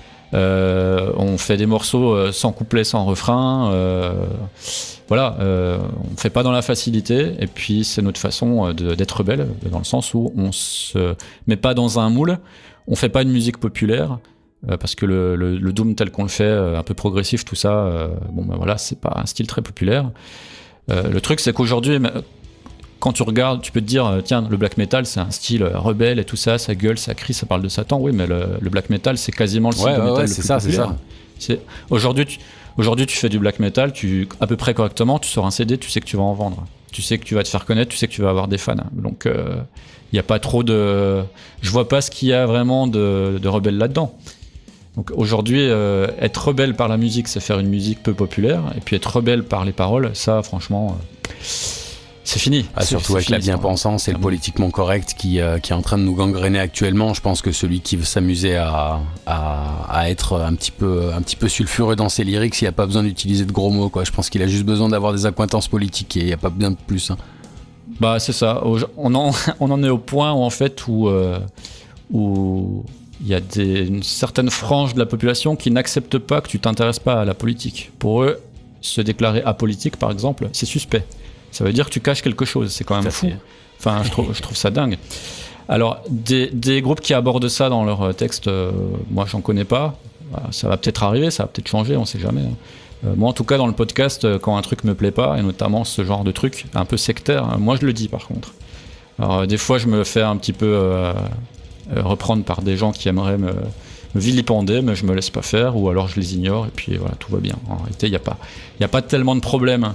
Euh, on fait des morceaux euh, sans couplet, sans refrain. Euh, voilà, euh, on ne fait pas dans la facilité. Et puis c'est notre façon de, d'être rebelle, dans le sens où on se met pas dans un moule. On fait pas une musique populaire. Euh, parce que le, le, le doom tel qu'on le fait, euh, un peu progressif, tout ça, euh, bon ben voilà, c'est pas un style très populaire. Euh, le truc, c'est qu'aujourd'hui, quand tu regardes, tu peux te dire, tiens, le black metal, c'est un style rebelle et tout ça, ça gueule, ça crie, ça parle de Satan. Oui, mais le, le black metal, c'est quasiment le style ouais, de ouais, métal ouais, le c'est plus ça, populaire. c'est ça. C'est, aujourd'hui, tu, aujourd'hui, tu fais du black metal, tu, à peu près correctement, tu sors un C D, tu sais que tu vas en vendre. tu sais que tu vas te faire connaître, tu sais que tu vas avoir des fans. Donc il euh, n'y a pas trop de... Je vois pas ce qu'il y a vraiment de, de rebelle là-dedans. Donc aujourd'hui, euh, être rebelle par la musique, c'est faire une musique peu populaire, et puis être rebelle par les paroles, ça franchement, euh, c'est fini. Ah, c'est, surtout c'est avec fini, la bien-pensance et le politiquement correct qui, euh, qui est en train de nous gangréner actuellement. Je pense que celui qui veut s'amuser à, à, à être un petit, peu, un petit peu sulfureux dans ses lyrics, il n'y a pas besoin d'utiliser de gros mots, quoi. Je pense qu'il a juste besoin d'avoir des accointances politiques et il n'y a pas besoin de plus. Hein. Bah c'est ça, on en, on en est au point où en fait où... Euh, où il y a des, une certaine frange de la population qui n'accepte pas que tu t'intéresses pas à la politique. Pour eux, se déclarer apolitique, par exemple, c'est suspect. Ça veut dire que tu caches quelque chose, c'est quand même fou. Enfin, je trouve, je trouve ça dingue. Alors, des, des groupes qui abordent ça dans leurs textes, euh, moi, j'en connais pas. Ça va peut-être arriver, ça va peut-être changer, on sait jamais. Euh, moi, en tout cas, dans le podcast, quand un truc me plaît pas, et notamment ce genre de truc, un peu sectaire, moi, je le dis, par contre. Alors, des fois, je me fais un petit peu... Euh, Euh, reprendre par des gens qui aimeraient me, me vilipender, mais je me laisse pas faire, ou alors je les ignore, et puis voilà, tout va bien. En réalité, il n'y a pas, il n'y a pas tellement de problème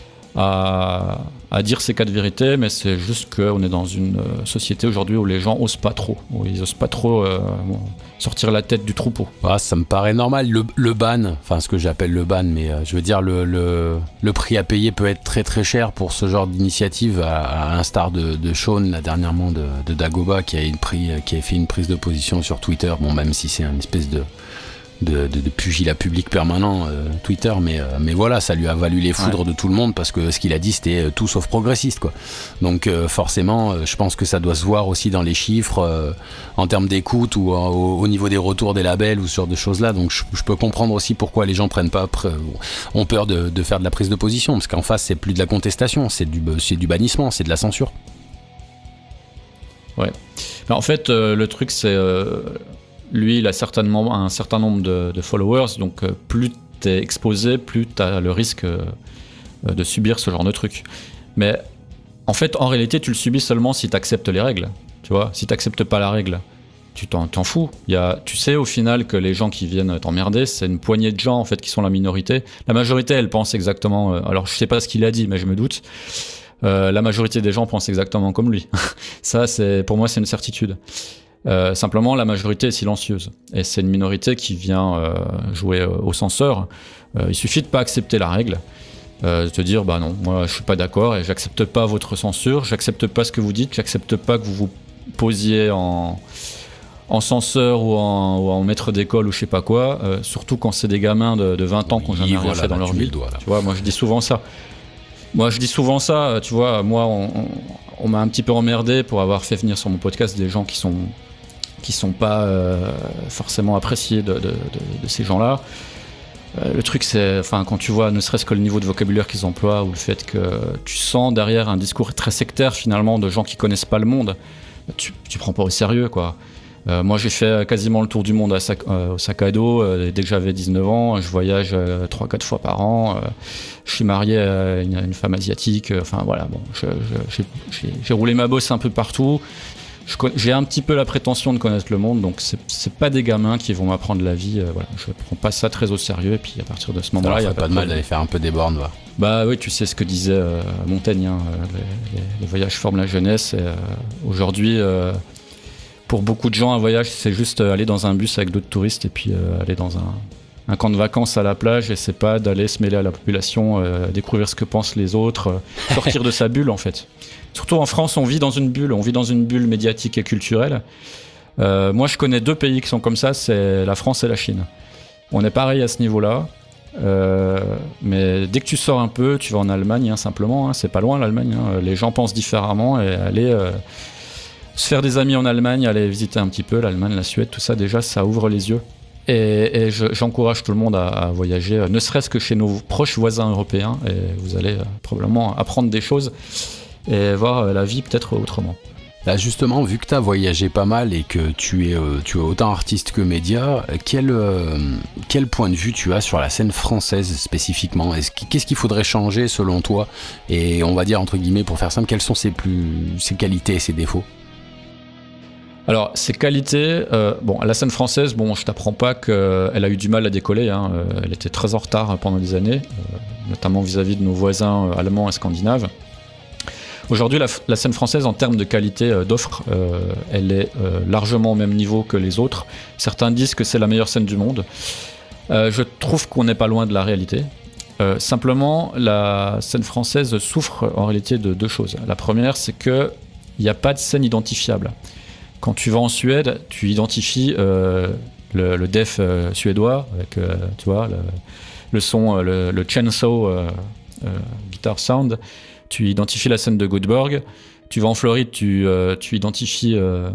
à, à dire ces cas de vérité, mais c'est juste qu'on est dans une société aujourd'hui où les gens osent pas trop, où ils osent pas trop euh, sortir la tête du troupeau. Ah, ça me paraît normal. Le, le ban, enfin ce que j'appelle le ban, mais euh, je veux dire le, le, le prix à payer peut être très très cher pour ce genre d'initiative, à, à l'instar de, de Sean, là dernièrement de, de Dagoba, qui a, une pris, qui a fait une prise de position sur Twitter, bon même si c'est une espèce de De, de, de pugilat public permanent euh, Twitter, mais, euh, mais voilà, ça lui a valu les foudres ouais. de tout le monde, parce que ce qu'il a dit c'était euh, tout sauf progressiste, quoi. Donc euh, forcément euh, je pense que ça doit se voir aussi dans les chiffres euh, en termes d'écoute ou euh, au, au niveau des retours des labels ou ce genre de choses là. Donc je, je peux comprendre aussi pourquoi les gens prennent pas pr- ont peur de, de faire de la prise de position, parce qu'en face c'est plus de la contestation, c'est du, c'est du bannissement, c'est de la censure. Ouais, mais en fait euh, le truc c'est euh... lui, il a certainement un certain nombre de, de followers, donc euh, plus tu es exposé, plus tu as le risque euh, de subir ce genre de truc. Mais en fait, en réalité, tu le subis seulement si tu acceptes les règles. Tu vois, si tu n'acceptes pas la règle, tu t'en, t'en fous. Il y a, tu sais au final que les gens qui viennent t'emmerder, c'est une poignée de gens en fait, qui sont la minorité. La majorité, elle pense exactement... Euh, alors, je sais pas ce qu'il a dit, mais je me doute. Euh, la majorité des gens pensent exactement comme lui. Ça, c'est, pour moi, c'est une certitude. Euh, simplement, la majorité est silencieuse et c'est une minorité qui vient euh, jouer euh, au censeur. Euh, il suffit de pas accepter la règle, euh, de te dire bah non, moi je suis pas d'accord et j'accepte pas votre censure, j'accepte pas ce que vous dites, j'accepte pas que vous vous posiez en, en censeur ou en, ou en maître d'école ou je sais pas quoi. Euh, surtout quand c'est des gamins de, de vingt ans qui n'ont jamais rien voilà, fait dans leur vie. Doigt, tu vois, moi je dis souvent ça. Moi je dis souvent ça. Tu vois, moi on, on, on m'a un petit peu emmerdé pour avoir fait venir sur mon podcast des gens qui sont qui sont pas euh, forcément appréciés de, de, de, de ces gens-là. Euh, le truc, c'est, enfin, quand tu vois, ne serait-ce que le niveau de vocabulaire qu'ils emploient, ou le fait que tu sens derrière un discours très sectaire finalement de gens qui connaissent pas le monde, tu, tu prends pas au sérieux, quoi. Euh, moi, j'ai fait quasiment le tour du monde à sac, euh, au sac à dos. Euh, dès que j'avais dix-neuf ans, je voyage euh, trois quatre fois par an. Euh, je suis marié à une, une femme asiatique. Euh, enfin, voilà, bon, je, je, j'ai, j'ai, j'ai roulé ma bosse un peu partout. Je, j'ai un petit peu la prétention de connaître le monde, donc c'est, c'est pas des gamins qui vont m'apprendre la vie. Euh, voilà, je prends pas ça très au sérieux. Et puis à partir de ce moment-là, il y a pas, pas de mal d'aller faire un peu des bornes, va. Bah oui, tu sais ce que disait euh, Montaigne. Hein, les, les, les voyages forment la jeunesse. Et, euh, aujourd'hui, euh, pour beaucoup de gens, un voyage, c'est juste aller dans un bus avec d'autres touristes et puis euh, aller dans un, un camp de vacances à la plage. Et c'est pas d'aller se mêler à la population, euh, découvrir ce que pensent les autres, euh, sortir de sa bulle en fait. Surtout en France, on vit dans une bulle, on vit dans une bulle médiatique et culturelle. Euh, moi, je connais deux pays qui sont comme ça, c'est la France et la Chine. On est pareil à ce niveau-là, euh, mais dès que tu sors un peu, tu vas en Allemagne, hein, simplement, hein, c'est pas loin l'Allemagne, hein, les gens pensent différemment et aller euh, se faire des amis en Allemagne, aller visiter un petit peu l'Allemagne, la Suède, tout ça, déjà, ça ouvre les yeux. Et, et je, j'encourage tout le monde à, à voyager, euh, ne serait-ce que chez nos proches voisins européens, et vous allez euh, probablement apprendre des choses et voir la vie peut-être autrement. Là justement, vu que tu as voyagé pas mal et que tu es, euh, tu es autant artiste que média, quel, euh, quel point de vue tu as sur la scène française spécifiquement ? Est-ce, qu'est-ce qu'il faudrait changer selon toi ? Et on va dire entre guillemets, pour faire simple, quelles sont ses, plus, ses qualités et ses défauts ? Alors, ses qualités, euh, bon, la scène française, bon, je t'apprends pas qu'elle a eu du mal à décoller, hein, euh, elle était très en retard pendant des années, euh, notamment vis-à-vis de nos voisins euh, allemands et scandinaves. Aujourd'hui, la, la scène française, en termes de qualité euh, d'offre, euh, elle est euh, largement au même niveau que les autres. Certains disent que c'est la meilleure scène du monde. Euh, je trouve qu'on n'est pas loin de la réalité. Euh, simplement, la scène française souffre en réalité de deux choses. La première, c'est qu'il n'y a pas de scène identifiable. Quand tu vas en Suède, tu identifies euh, le, le def euh, suédois, avec euh, tu vois, le, le son, euh, le, le chainsaw euh, euh, guitar sound. Tu identifies la scène de Göteborg. Tu vas en Floride, tu, euh, tu identifies euh,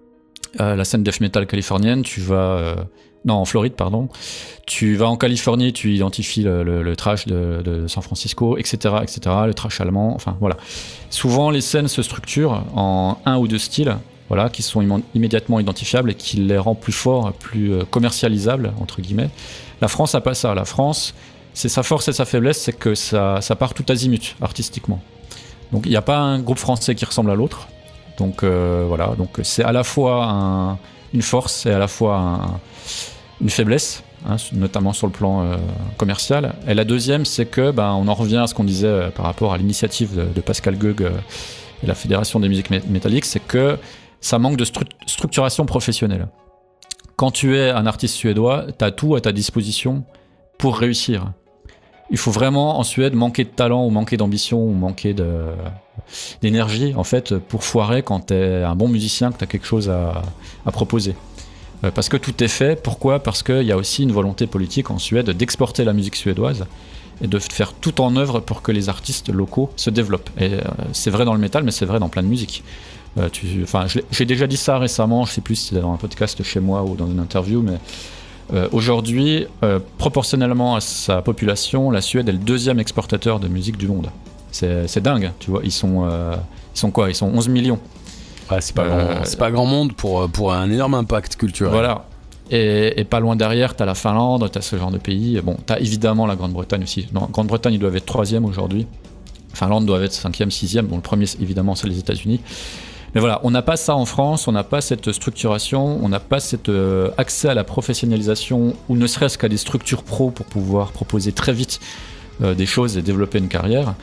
euh, la scène death metal californienne. Tu vas... Euh, non, en Floride, pardon. Tu vas en Californie, tu identifies le, le, le trash de, de San Francisco, et cetera, et cetera, le trash allemand, enfin voilà. Souvent, les scènes se structurent en un ou deux styles, voilà, qui sont im- immédiatement identifiables et qui les rend plus forts, plus euh, commercialisables, entre guillemets. La France n'a pas ça. La France, c'est sa force et sa faiblesse, c'est que ça, ça part tout azimut, artistiquement. Donc, il n'y a pas un groupe français qui ressemble à l'autre. Donc, euh, voilà. Donc, c'est à la fois un, une force et à la fois un... une faiblesse, hein, notamment sur le plan euh, commercial. Et la deuxième, c'est que ben, on en revient à ce qu'on disait euh, par rapport à l'initiative de, de Pascal Goeg euh, et la Fédération des musiques mé- métalliques, c'est que ça manque de stru- structuration professionnelle. Quand tu es un artiste suédois, tu as tout à ta disposition pour réussir. Il faut vraiment, en Suède, manquer de talent ou manquer d'ambition ou manquer de, d'énergie, en fait, pour foirer quand tu es un bon musicien, que tu as quelque chose à, à proposer. Parce que tout est fait. Pourquoi ? Parce qu'il y a aussi une volonté politique en Suède d'exporter la musique suédoise et de faire tout en œuvre pour que les artistes locaux se développent. Et euh, c'est vrai dans le métal, mais c'est vrai dans plein de musique. Euh, tu, enfin, j'ai déjà dit ça récemment, je sais plus si c'était dans un podcast chez moi ou dans une interview, mais euh, aujourd'hui, euh, proportionnellement à sa population, la Suède est le deuxième exportateur de musique du monde. C'est, c'est dingue, tu vois. Ils sont, euh, ils sont quoi ? Ils sont onze millions. Ouais, c'est pas, Euh, grand, c'est pas grand monde pour, pour un énorme impact culturel. Voilà. Et, et pas loin derrière, t'as la Finlande, t'as ce genre de pays. Bon, t'as évidemment la Grande-Bretagne aussi. Non, Grande-Bretagne, ils doivent être troisième aujourd'hui. Finlande doit être cinquième, sixième. Bon, le premier, évidemment, c'est les États-Unis. Mais voilà, on n'a pas ça en France, on n'a pas cette structuration, on n'a pas cet euh, accès à la professionnalisation, ou ne serait-ce qu'à des structures pro pour pouvoir proposer très vite euh, des choses et développer une carrière.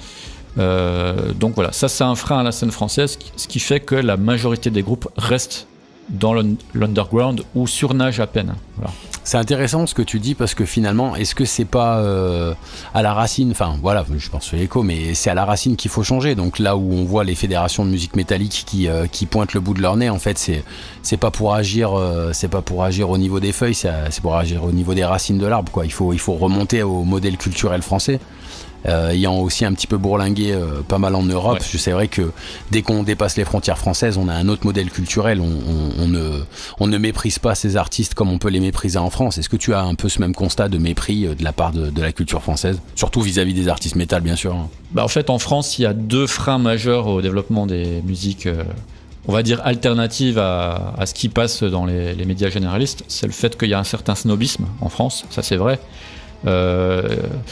Euh, donc voilà, ça c'est un frein à la scène française, ce qui fait que la majorité des groupes restent dans l'underground ou surnagent à peine. Voilà. C'est intéressant ce que tu dis parce que finalement, est-ce que c'est pas euh, à la racine, enfin voilà, je pense que c'est l'écho, mais c'est à la racine qu'il faut changer. Donc là où on voit les fédérations de musique métallique qui, euh, qui pointent le bout de leur nez, en fait, c'est, c'est pas pour agir, euh, c'est pas pour agir au niveau des feuilles, c'est, c'est pour agir au niveau des racines de l'arbre, quoi. Il faut, il faut remonter au modèle culturel français. Euh, ayant aussi un petit peu bourlingué euh, pas mal en Europe, ouais. C'est vrai que dès qu'on dépasse les frontières françaises, on a un autre modèle culturel, on, on, on, ne, on ne méprise pas ces artistes comme on peut les mépriser en France. Est-ce que tu as un peu ce même constat de mépris euh, de la part de, de la culture française, surtout vis-à-vis des artistes métal, bien sûr? Bah, en fait, en France, il y a deux freins majeurs au développement des musiques, euh, on va dire alternatives à, à ce qui passe dans les, les médias généralistes. C'est le fait qu'il y a un certain snobisme en France, ça c'est vrai. Euh,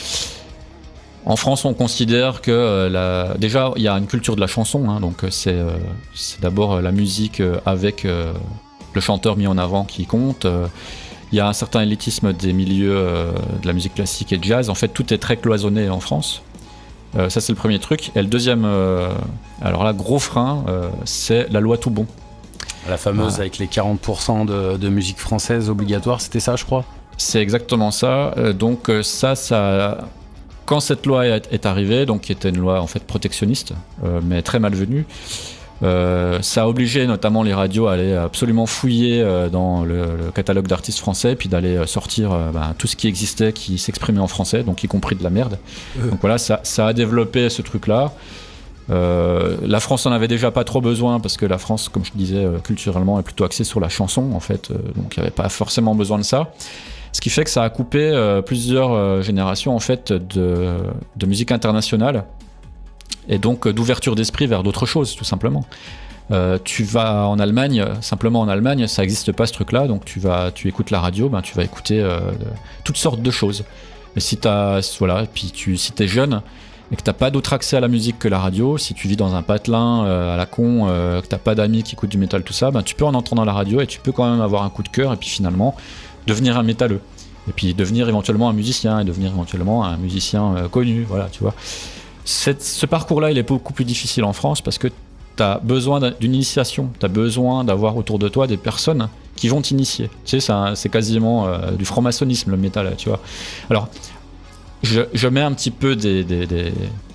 En France, on considère que euh, la... déjà il y a une culture de la chanson, hein, donc c'est, euh, c'est d'abord la musique avec euh, le chanteur mis en avant qui compte. Euh, il y a un certain élitisme des milieux euh, de la musique classique et jazz. En fait, tout est très cloisonné en France. Euh, ça, c'est le premier truc. Et le deuxième, euh, alors là, gros frein, euh, c'est la loi Toubon. La fameuse ah. avec les quarante pour cent de, de musique française obligatoire, c'était ça, je crois. C'est exactement ça. Euh, donc ça, ça. Quand cette loi est arrivée, donc qui était une loi en fait protectionniste, euh, mais très malvenue, euh, ça a obligé notamment les radios à aller absolument fouiller euh, dans le, le catalogue d'artistes français, puis d'aller sortir euh, bah, tout ce qui existait, qui s'exprimait en français, donc y compris de la merde. Euh. Donc voilà, ça, ça a développé ce truc-là. Euh, la France en avait déjà pas trop besoin parce que la France, comme je disais, euh, culturellement est plutôt axée sur la chanson en fait, euh, donc il n'y avait pas forcément besoin de ça. Ce qui fait que ça a coupé euh, plusieurs euh, générations en fait de, de musique internationale et donc euh, d'ouverture d'esprit vers d'autres choses tout simplement. Euh, tu vas en Allemagne, simplement en Allemagne, ça n'existe pas ce truc-là, donc tu vas, tu écoutes la radio, ben tu vas écouter euh, de, toutes sortes de choses. Et si t'as, voilà, et puis tu, si t'es jeune et que t'as pas d'autre accès à la musique que la radio, si tu vis dans un patelin euh, à la con, euh, que t'as pas d'amis qui écoutent du métal, tout ça, ben tu peux en entendre la radio et tu peux quand même avoir un coup de cœur et puis finalement devenir un métalleux, et puis devenir éventuellement un musicien, et devenir éventuellement un musicien euh, connu, voilà, tu vois. Cette, ce parcours-là, il est beaucoup plus difficile en France parce que tu as besoin d'une initiation, tu as besoin d'avoir autour de toi des personnes qui vont t'initier. Tu sais, c'est, un, c'est quasiment euh, du franc-maçonnisme, le métal, tu vois. Alors, je, je mets un petit peu des, des, des,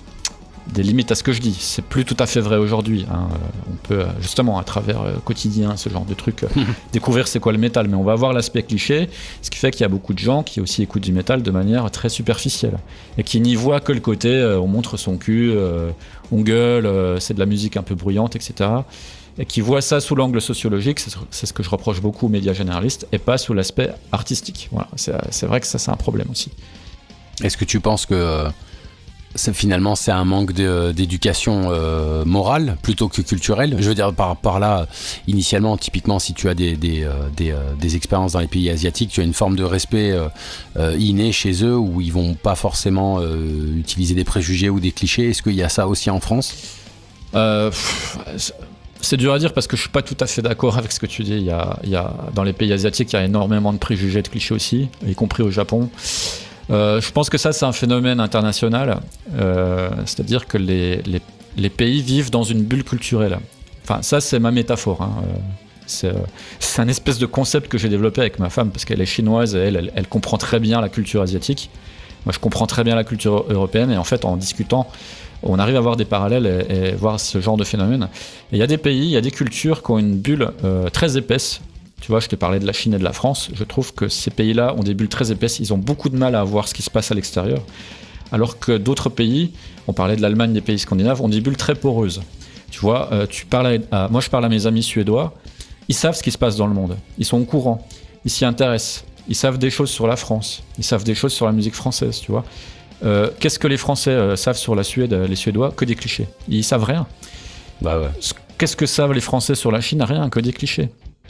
des limites à ce que je dis. C'est plus tout à fait vrai aujourd'hui. Hein. On peut, justement, à travers euh, quotidien, ce genre de trucs, euh, découvrir c'est quoi le métal. Mais on va voir l'aspect cliché, ce qui fait qu'il y a beaucoup de gens qui aussi écoutent du métal de manière très superficielle et qui n'y voient que le côté euh, on montre son cul, euh, on gueule, euh, c'est de la musique un peu bruyante, et cetera. Et qui voient ça sous l'angle sociologique, c'est, c'est ce que je reproche beaucoup aux médias généralistes, et pas sous l'aspect artistique. Voilà, c'est, c'est vrai que ça, c'est un problème aussi. Est-ce que tu penses que euh, c'est, finalement c'est un manque de, d'éducation euh, morale plutôt que culturelle ? Je veux dire par, par là, initialement, typiquement, si tu as des, des, euh, des, euh, des expériences dans les pays asiatiques, tu as une forme de respect euh, euh, inné chez eux où ils vont pas forcément euh, utiliser des préjugés ou des clichés. Est-ce qu'il y a ça aussi en France ? euh, pff, C'est dur à dire parce que je suis pas tout à fait d'accord avec ce que tu dis. Il y a, il y a, dans les pays asiatiques, il y a énormément de préjugés, de clichés aussi, y compris au Japon. Euh, je pense que ça, c'est un phénomène international. Euh, c'est-à-dire que les, les, les pays vivent dans une bulle culturelle. Enfin, ça, c'est ma métaphore. Hein. C'est, c'est un espèce de concept que j'ai développé avec ma femme parce qu'elle est chinoise et elle, elle, elle comprend très bien la culture asiatique. Moi, je comprends très bien la culture européenne et en fait, en discutant, on arrive à voir des parallèles et, et voir ce genre de phénomène. Et il y a des pays, il y a des cultures qui ont une bulle euh, très épaisse. Tu vois, je t'ai parlé de la Chine et de la France. Je trouve que ces pays-là ont des bulles très épaisses. Ils ont beaucoup de mal à voir ce qui se passe à l'extérieur. Alors que d'autres pays, on parlait de l'Allemagne, des pays scandinaves, ont des bulles très poreuses. Tu vois, euh, tu parles à, à, moi je parle à mes amis suédois. Ils savent ce qui se passe dans le monde. Ils sont au courant. Ils s'y intéressent. Ils savent des choses sur la France. Ils savent des choses sur la musique française, tu vois. Euh, qu'est-ce que les Français euh, savent sur la Suède, les Suédois ? Que des clichés. Ils savent rien. Bah ouais. Qu'est-ce que savent les Français sur la Chine ? Rien, que des clichés.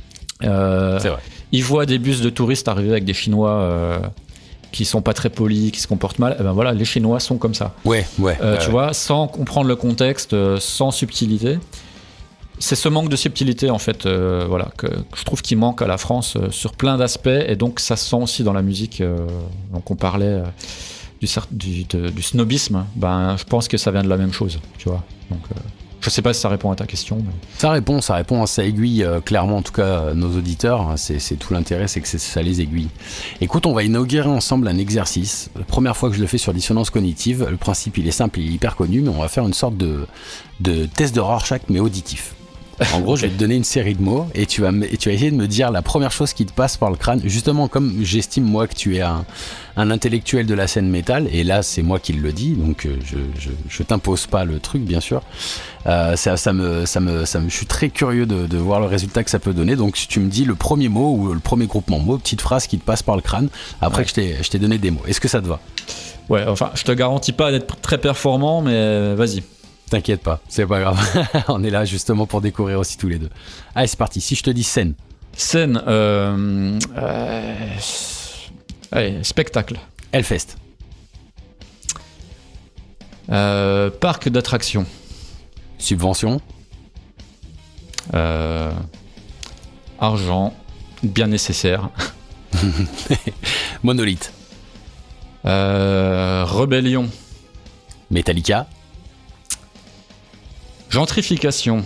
Euh, C'est vrai. Ils voient des bus de touristes arriver avec des Chinois euh, qui sont pas très polis, qui se comportent mal. Et ben voilà, les Chinois sont comme ça. Ouais, ouais. Euh, ouais tu ouais. vois, sans comprendre le contexte, euh, sans subtilité. C'est ce manque de subtilité en fait, euh, voilà, que, que je trouve qu'il manque à la France euh, sur plein d'aspects, et donc ça se sent aussi dans la musique. Euh, donc on parlait euh, du, du, de, du snobisme. Ben, je pense que ça vient de la même chose, tu vois. Donc euh, je sais pas si ça répond à ta question. Mais... Ça répond, ça répond, ça aiguille euh, clairement en tout cas euh, nos auditeurs. C'est, c'est tout l'intérêt, c'est que c'est, ça les aiguille. Écoute, on va inaugurer ensemble un exercice. La première fois que je le fais sur Dissonance Cognitive, le principe il est simple, il est hyper connu, mais on va faire une sorte de, de test de Rorschach mais auditif. En gros, je vais te donner une série de mots et tu vas, me, et tu vas essayer de me dire la première chose qui te passe par le crâne. Justement, comme j'estime moi que tu es un, un intellectuel de la scène métal, et là c'est moi qui le dis, donc je, je, je t'impose pas le truc, bien sûr. Euh, ça, ça me, ça me, ça me, je suis très curieux de, de voir le résultat que ça peut donner. Donc tu me dis le premier mot ou le premier groupement de mots, petite phrase qui te passe par le crâne. Après ouais. que je t'ai, je t'ai donné des mots. Est-ce que ça te va ? Ouais, enfin, je te garantis pas d'être très performant, mais vas-y. T'inquiète pas, c'est pas grave. On est là justement pour découvrir aussi tous les deux. Allez, c'est parti. Si je te dis scène. Scène, euh, euh, allez, spectacle. Hellfest. Euh, parc d'attractions. Subvention. Euh, argent, bien nécessaire. Monolithe. Euh, rébellion. Metallica. Gentrification.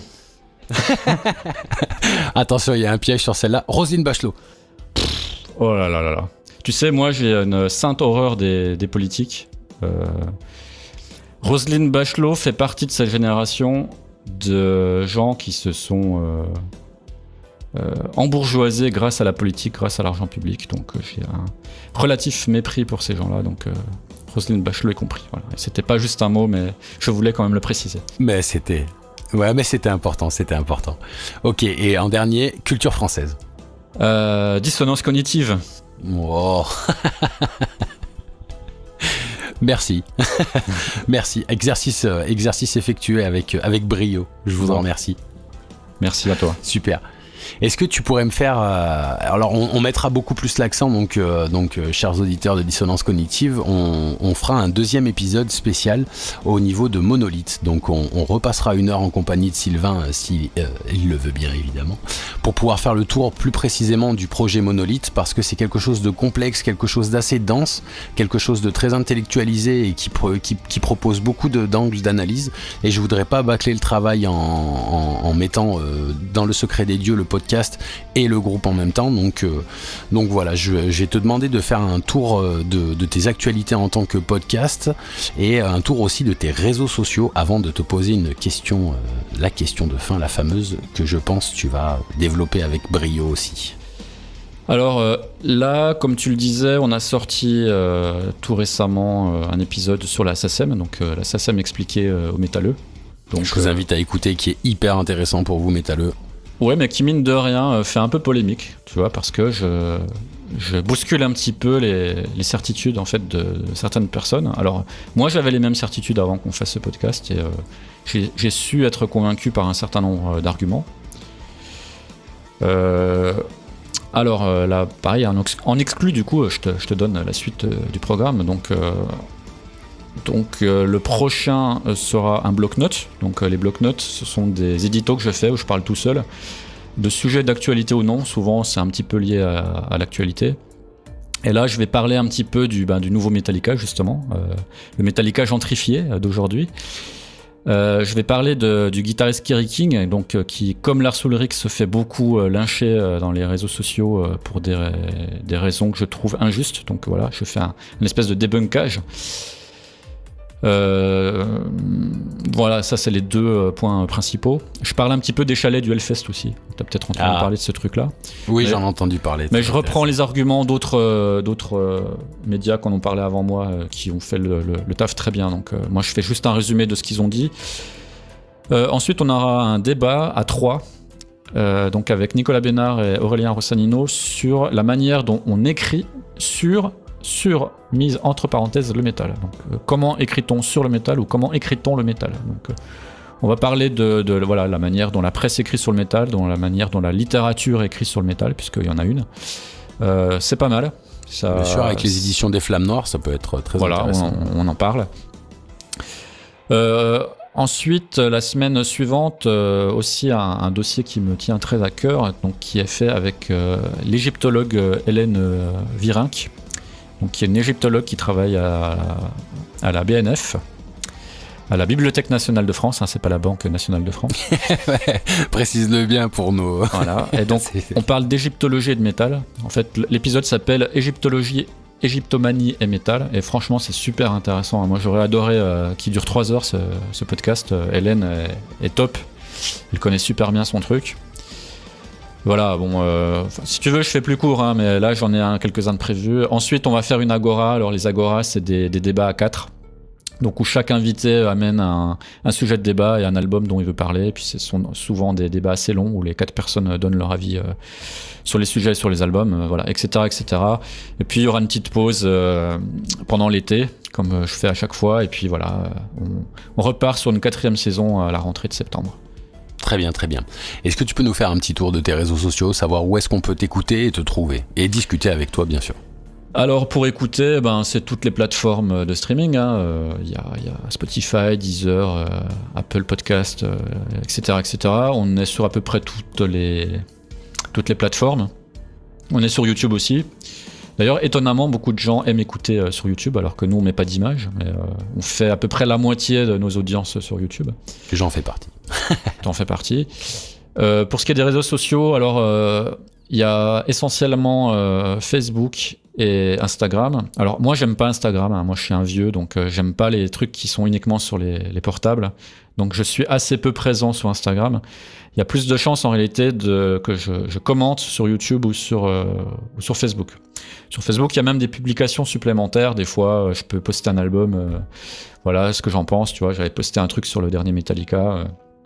Attention, il y a un piège sur celle-là. Roselyne Bachelot. Oh là là là là. Tu sais, moi, j'ai une sainte horreur des, des politiques. Euh... Roselyne Bachelot fait partie de cette génération de gens qui se sont euh, euh, embourgeoisés grâce à la politique, grâce à l'argent public. Donc, euh, j'ai un relatif mépris pour ces gens-là. Donc... Euh... Roselyne Bachelot est compris. Voilà. Et c'était pas juste un mot, mais je voulais quand même le préciser. Mais c'était, ouais, mais c'était important, c'était important. Ok, et en dernier, culture française. Euh, dissonance cognitive. Oh. Merci, merci. Exercice, euh, exercice effectué avec avec brio. Je vous en remercie. Merci à toi. Super. Est-ce que tu pourrais me faire... Euh, alors, on, on mettra beaucoup plus l'accent, donc, euh, donc euh, chers auditeurs de Dissonance Cognitive, on, on fera un deuxième épisode spécial au niveau de Monolith. Donc, on, on repassera une heure en compagnie de Sylvain, euh, si euh, il le veut bien, évidemment, pour pouvoir faire le tour plus précisément du projet Monolith, parce que c'est quelque chose de complexe, quelque chose d'assez dense, quelque chose de très intellectualisé et qui, qui, qui propose beaucoup de, d'angles d'analyse. Et je voudrais pas bâcler le travail en, en, en mettant euh, dans le secret des dieux le podcast et le groupe en même temps, donc, euh, donc voilà, je, je vais te demander de faire un tour de, de tes actualités en tant que podcast et un tour aussi de tes réseaux sociaux avant de te poser une question, euh, la question de fin, la fameuse, que je pense tu vas développer avec brio aussi. Alors euh, là, comme tu le disais, on a sorti euh, tout récemment euh, un épisode sur la S A C E M, donc euh, la S A C E M expliquée euh, aux métalleux. Donc, je vous euh, invite à écouter, qui est hyper intéressant pour vous métalleux. Ouais, mais qui mine de rien fait un peu polémique, tu vois, parce que je, je bouscule un petit peu les, les certitudes en fait de, de certaines personnes. Alors, moi, j'avais les mêmes certitudes avant qu'on fasse ce podcast et euh, j'ai, j'ai su être convaincu par un certain nombre d'arguments. Euh, alors euh, là, pareil, en, en exclu, du coup, je te, je te donne la suite euh, du programme. Donc, euh, Donc euh, le prochain euh, sera un bloc-notes. Donc euh, les bloc-notes, ce sont des éditos que je fais où je parle tout seul de sujets d'actualité ou non. Souvent c'est un petit peu lié à, à l'actualité. Et là je vais parler un petit peu du, ben, du nouveau Metallica justement, euh, le Metallica gentrifié euh, d'aujourd'hui. Euh, je vais parler de, du guitariste Kerry King, donc, euh, qui, comme Lars Ulrich, se fait beaucoup euh, lyncher euh, dans les réseaux sociaux euh, pour des, des raisons que je trouve injustes. Donc voilà, je fais un, une espèce de débunkage. Euh, voilà, ça c'est les deux points principaux. Je parle un petit peu des chalets du Hellfest aussi. Tu as peut-être entendu ah. parler de ce truc-là. Oui, mais, j'en ai entendu parler. Mais je reprends les arguments d'autres, euh, d'autres euh, médias qui en ont parlé avant moi, euh, qui ont fait le, le, le taf très bien. Donc euh, moi je fais juste un résumé de ce qu'ils ont dit. Euh, ensuite on aura un débat à trois, euh, donc avec Nicolas Bénard et Aurélien Rossanino, sur la manière dont on écrit sur... sur mise entre parenthèses le métal. Donc, euh, comment écrit-on sur le métal ou comment écrit-on le métal. Donc, euh, on va parler de, de voilà, la manière dont la presse écrit sur le métal, dont la manière dont la littérature écrit sur le métal, puisqu'il y en a une. Euh, c'est pas mal. Ça, Bien sûr, avec les éditions des Flammes Noires, ça peut être très voilà, intéressant. Voilà, on, on en parle. Euh, ensuite, la semaine suivante, euh, aussi un, un dossier qui me tient très à cœur, donc, qui est fait avec euh, l'égyptologue Hélène euh, Virenque, donc, qui est une égyptologue qui travaille à, à la B N F, à la Bibliothèque nationale de France, hein, c'est pas la Banque nationale de France. Ouais, précise-le bien pour nous. Voilà, et donc on parle d'égyptologie et de métal. En fait, l'épisode s'appelle Égyptologie, Égyptomanie et métal, et franchement c'est super intéressant. Moi j'aurais adoré euh, qu'il dure trois heures ce, ce podcast. Hélène est, est top, elle connaît super bien son truc. Voilà, bon, euh, si tu veux, je fais plus court, hein, mais là j'en ai un, quelques-uns de prévus. Ensuite, on va faire une agora. Alors, les agoras, c'est des, des débats à quatre. Donc, où chaque invité amène un, un sujet de débat et un album dont il veut parler. Et puis, ce sont souvent des débats assez longs où les quatre personnes donnent leur avis euh, sur les sujets, sur les albums, euh, voilà, et cetera, et cetera. Et puis, il y aura une petite pause euh, pendant l'été, comme je fais à chaque fois. Et puis, voilà, on, on repart sur une quatrième saison à la rentrée de septembre. Très bien, très bien. Est-ce que tu peux nous faire un petit tour de tes réseaux sociaux, savoir où est-ce qu'on peut t'écouter et te trouver, et discuter avec toi, bien sûr? Alors, pour écouter, ben, c'est toutes les plateformes de streaming. Il hein. euh, y, y a Spotify, Deezer, euh, Apple Podcast, euh, et cetera, et cetera. On est sur à peu près toutes les, toutes les plateformes. On est sur YouTube aussi. D'ailleurs, étonnamment, beaucoup de gens aiment écouter euh, sur YouTube, alors que nous, on met pas d'image. Mais, euh, on fait à peu près la moitié de nos audiences sur YouTube. J'en fais partie. T'en fais partie. Euh, pour ce qui est des réseaux sociaux, alors il euh, y a essentiellement euh, Facebook et Instagram. Alors moi, j'aime pas Instagram. Hein. Moi, je suis un vieux, donc euh, j'aime pas les trucs qui sont uniquement sur les, les portables. Donc, je suis assez peu présent sur Instagram. Il y a plus de chances en réalité de, que je, je commente sur YouTube ou sur, euh, ou sur Facebook. Sur Facebook, il y a même des publications supplémentaires. Des fois, je peux poster un album. Euh, voilà ce que j'en pense. Tu vois, j'avais posté un truc sur le dernier Metallica. Euh,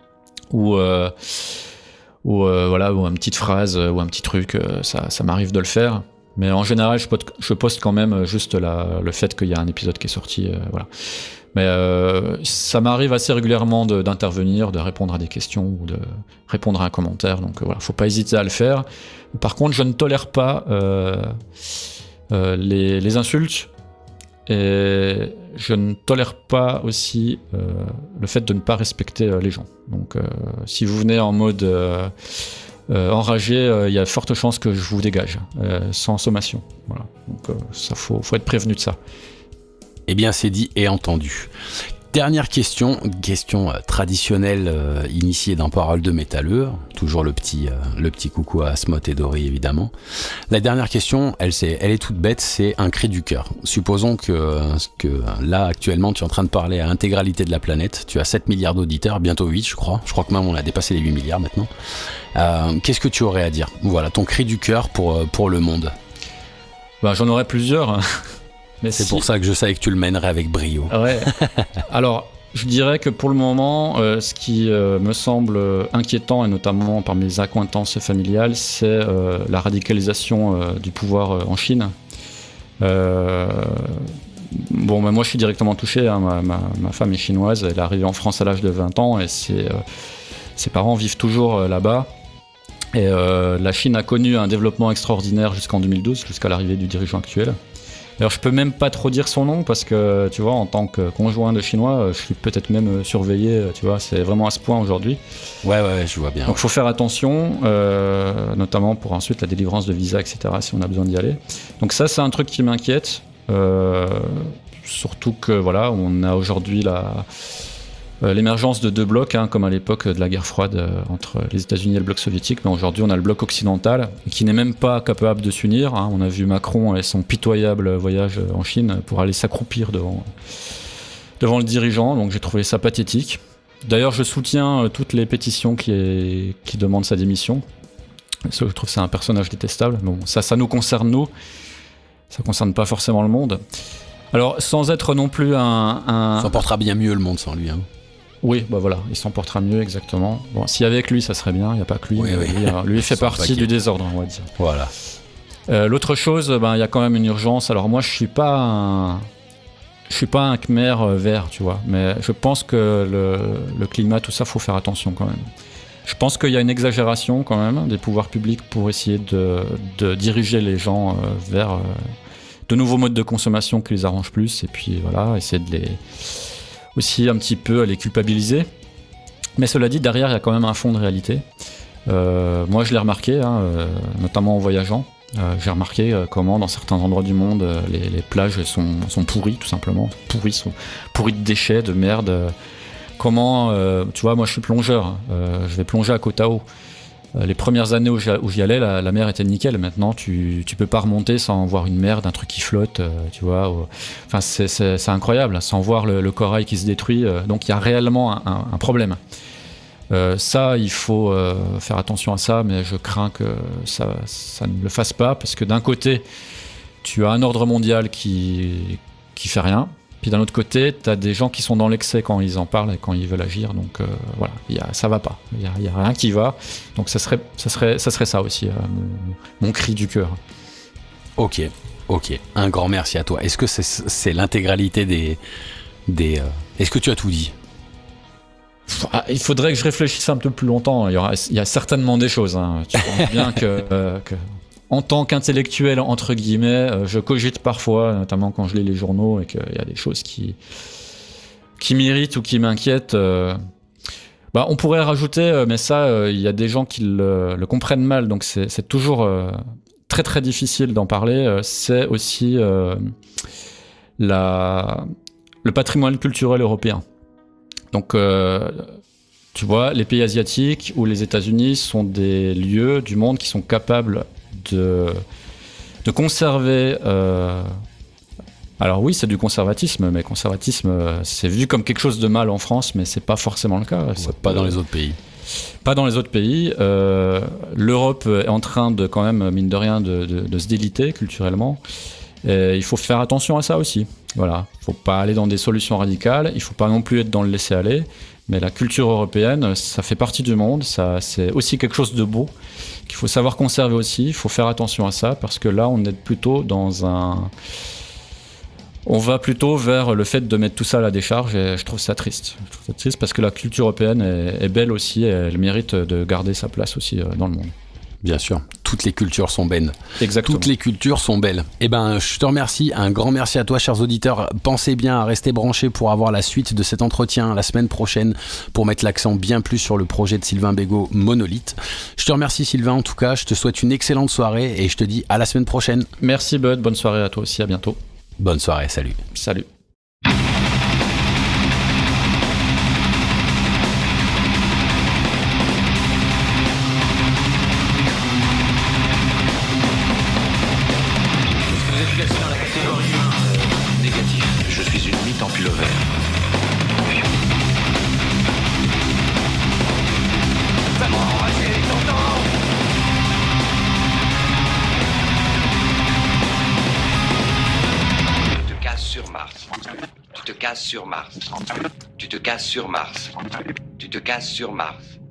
ou euh, ou euh, voilà, ou une petite phrase ou un petit truc, euh, ça, ça m'arrive de le faire. Mais en général, je poste, je poste quand même juste la, le fait qu'il y a un épisode qui est sorti. Euh, voilà. Mais euh, ça m'arrive assez régulièrement de, d'intervenir, de répondre à des questions ou de répondre à un commentaire. Donc euh, voilà, faut pas hésiter à le faire. Par contre, je ne tolère pas euh, euh, les, les insultes et je ne tolère pas aussi euh, le fait de ne pas respecter euh, les gens. Donc euh, si vous venez en mode euh, euh, enragé, il euh, y a forte chance que je vous dégage euh, sans sommation. Voilà. Donc euh, ça faut, faut être prévenu de ça. Eh bien, c'est dit et entendu. Dernière question, question euh, traditionnelle euh, initiée d'un parole de métalleur. Toujours le petit, euh, le petit coucou à Smot et Dory, évidemment. La dernière question, elle, c'est, elle est toute bête, c'est un cri du cœur. Supposons que, que là, actuellement, tu es en train de parler à l'intégralité de la planète. Tu as sept milliards d'auditeurs, bientôt huit, je crois. Je crois que même on a dépassé les huit milliards maintenant. Euh, qu'est-ce que tu aurais à dire ? Voilà, ton cri du cœur pour, pour le monde. Ben, j'en aurais plusieurs. Mais c'est si... pour ça que je savais que tu le mènerais avec brio. Ouais. Alors, je dirais que pour le moment, euh, ce qui euh, me semble inquiétant, et notamment par mes accointances familiales, c'est euh, la radicalisation euh, du pouvoir euh, en Chine. Euh, bon, bah, moi, je suis directement touché. Hein, ma, ma, ma femme est chinoise. Elle est arrivée en France à l'âge de vingt ans et ses, euh, ses parents vivent toujours euh, là-bas. Et euh, la Chine a connu un développement extraordinaire jusqu'en deux mille douze, jusqu'à l'arrivée du dirigeant actuel. Alors je peux même pas trop dire son nom parce que tu vois, en tant que conjoint de chinois, je suis peut-être même surveillé, tu vois, c'est vraiment à ce point aujourd'hui. Ouais, ouais, je vois bien. Donc il faut faire attention, euh, notamment pour ensuite la délivrance de visa, et cetera, si on a besoin d'y aller. Donc ça, c'est un truc qui m'inquiète, euh, surtout que voilà, on a aujourd'hui la... l'émergence de deux blocs, hein, comme à l'époque de la guerre froide euh, entre les États-Unis et le bloc soviétique, mais aujourd'hui on a le bloc occidental qui n'est même pas capable de s'unir. Hein. On a vu Macron et son pitoyable voyage en Chine pour aller s'accroupir devant, devant le dirigeant, donc j'ai trouvé ça pathétique. D'ailleurs, je soutiens euh, toutes les pétitions qui, est, qui demandent sa démission. Je trouve que c'est un personnage détestable. Bon, ça, ça nous concerne nous, ça concerne pas forcément le monde. Alors, sans être non plus un... un... Ça portera bien mieux le monde sans lui, hein. Oui, bah voilà, il s'en portera mieux, exactement. Bon, si avec lui, ça serait bien, il n'y a pas que lui. Oui, oui. Lui, alors, lui fait partie du désordre, on va dire. Voilà. Euh, l'autre chose, ben, y a quand même une urgence. Alors moi, je suis pas un... Je suis pas un Khmer vert, tu vois, mais je pense que le, le climat, tout ça, faut faire attention quand même. Je pense qu'il y a une exagération quand même des pouvoirs publics pour essayer de, de diriger les gens euh, vers euh, de nouveaux modes de consommation qui les arrangent plus, et puis voilà, essayer de les... aussi un petit peu à les culpabiliser. Mais cela dit, derrière, il y a quand même un fond de réalité. Euh, moi, je l'ai remarqué, hein, euh, notamment en voyageant. Euh, j'ai remarqué euh, comment, dans certains endroits du monde, euh, les, les plages sont, sont pourries, tout simplement. Pourries, sont pourries de déchets, de merde. Euh, comment, euh, tu vois, moi, je suis plongeur. Euh, je vais plonger à Koh Tao. Euh, les premières années où j'y, où j'y allais, la, la mer était nickel. Maintenant, tu, tu peux pas remonter sans voir une merde, un truc qui flotte, euh, tu vois. Ou... Enfin, c'est, c'est, c'est incroyable, sans voir le, le corail qui se détruit. Euh, donc, il y a réellement un, un, un problème. Euh, ça, il faut euh, faire attention à ça, mais je crains que ça, ça ne le fasse pas, parce que d'un côté, tu as un ordre mondial qui, qui fait rien. Puis d'un autre côté, tu as des gens qui sont dans l'excès quand ils en parlent et quand ils veulent agir. Donc euh, voilà, y a, ça va pas. Il n'y a, y a rien qui va. Donc ça serait ça, serait, ça, serait ça aussi, euh, mon, mon cri du cœur. Ok, ok. Un grand merci à toi. Est-ce que c'est, c'est l'intégralité des... des euh... Est-ce que tu as tout dit ? Ah, il faudrait que je réfléchisse un peu plus longtemps. Il y, aura, il y a certainement des choses. Hein. Tu penses bien que... Euh, que... En tant qu'intellectuel, entre guillemets, je cogite parfois, notamment quand je lis les journaux et qu'il y a des choses qui, qui m'irritent ou qui m'inquiètent. Euh, bah, on pourrait rajouter, mais ça, il euh, y a des gens qui le, le comprennent mal, donc c'est, c'est toujours euh, très très difficile d'en parler. C'est aussi euh, la, le patrimoine culturel européen. Donc, euh, tu vois, les pays asiatiques ou les États-Unis sont des lieux du monde qui sont capables De, de conserver. Euh... Alors oui, c'est du conservatisme, mais conservatisme, c'est vu comme quelque chose de mal en France, mais c'est pas forcément le cas. Ouais, pas dans les autres pays. Pas dans les autres pays. Euh, L'Europe est en train de, quand même, mine de rien, de, de, de se déliter culturellement. Et il faut faire attention à ça aussi. Voilà, faut pas aller dans des solutions radicales. Il faut pas non plus être dans le laisser-aller. Mais la culture européenne, ça fait partie du monde, ça, c'est aussi quelque chose de beau qu'il faut savoir conserver aussi, il faut faire attention à ça, parce que là, on est plutôt dans un... On va plutôt vers le fait de mettre tout ça à la décharge, et je trouve ça triste. Je trouve ça triste parce que la culture européenne est, est belle aussi, et elle mérite de garder sa place aussi dans le monde. Bien sûr, toutes les cultures sont belles. Exactement. Toutes les cultures sont belles. Eh ben, je te remercie, un grand merci à toi, chers auditeurs. Pensez bien à rester branchés pour avoir la suite de cet entretien la semaine prochaine, pour mettre l'accent bien plus sur le projet de Sylvain Bégaud, Monolith. Je te remercie, Sylvain, en tout cas, je te souhaite une excellente soirée et je te dis à la semaine prochaine. Merci Bud, bonne soirée à toi aussi, à bientôt. Bonne soirée, salut. Salut. Je suis une mythe en pullover. Va-moi enrager, t'entends ? Tu te casses sur Mars. Tu te casses sur Mars. Tu te casses sur Mars. Tu te casses sur Mars.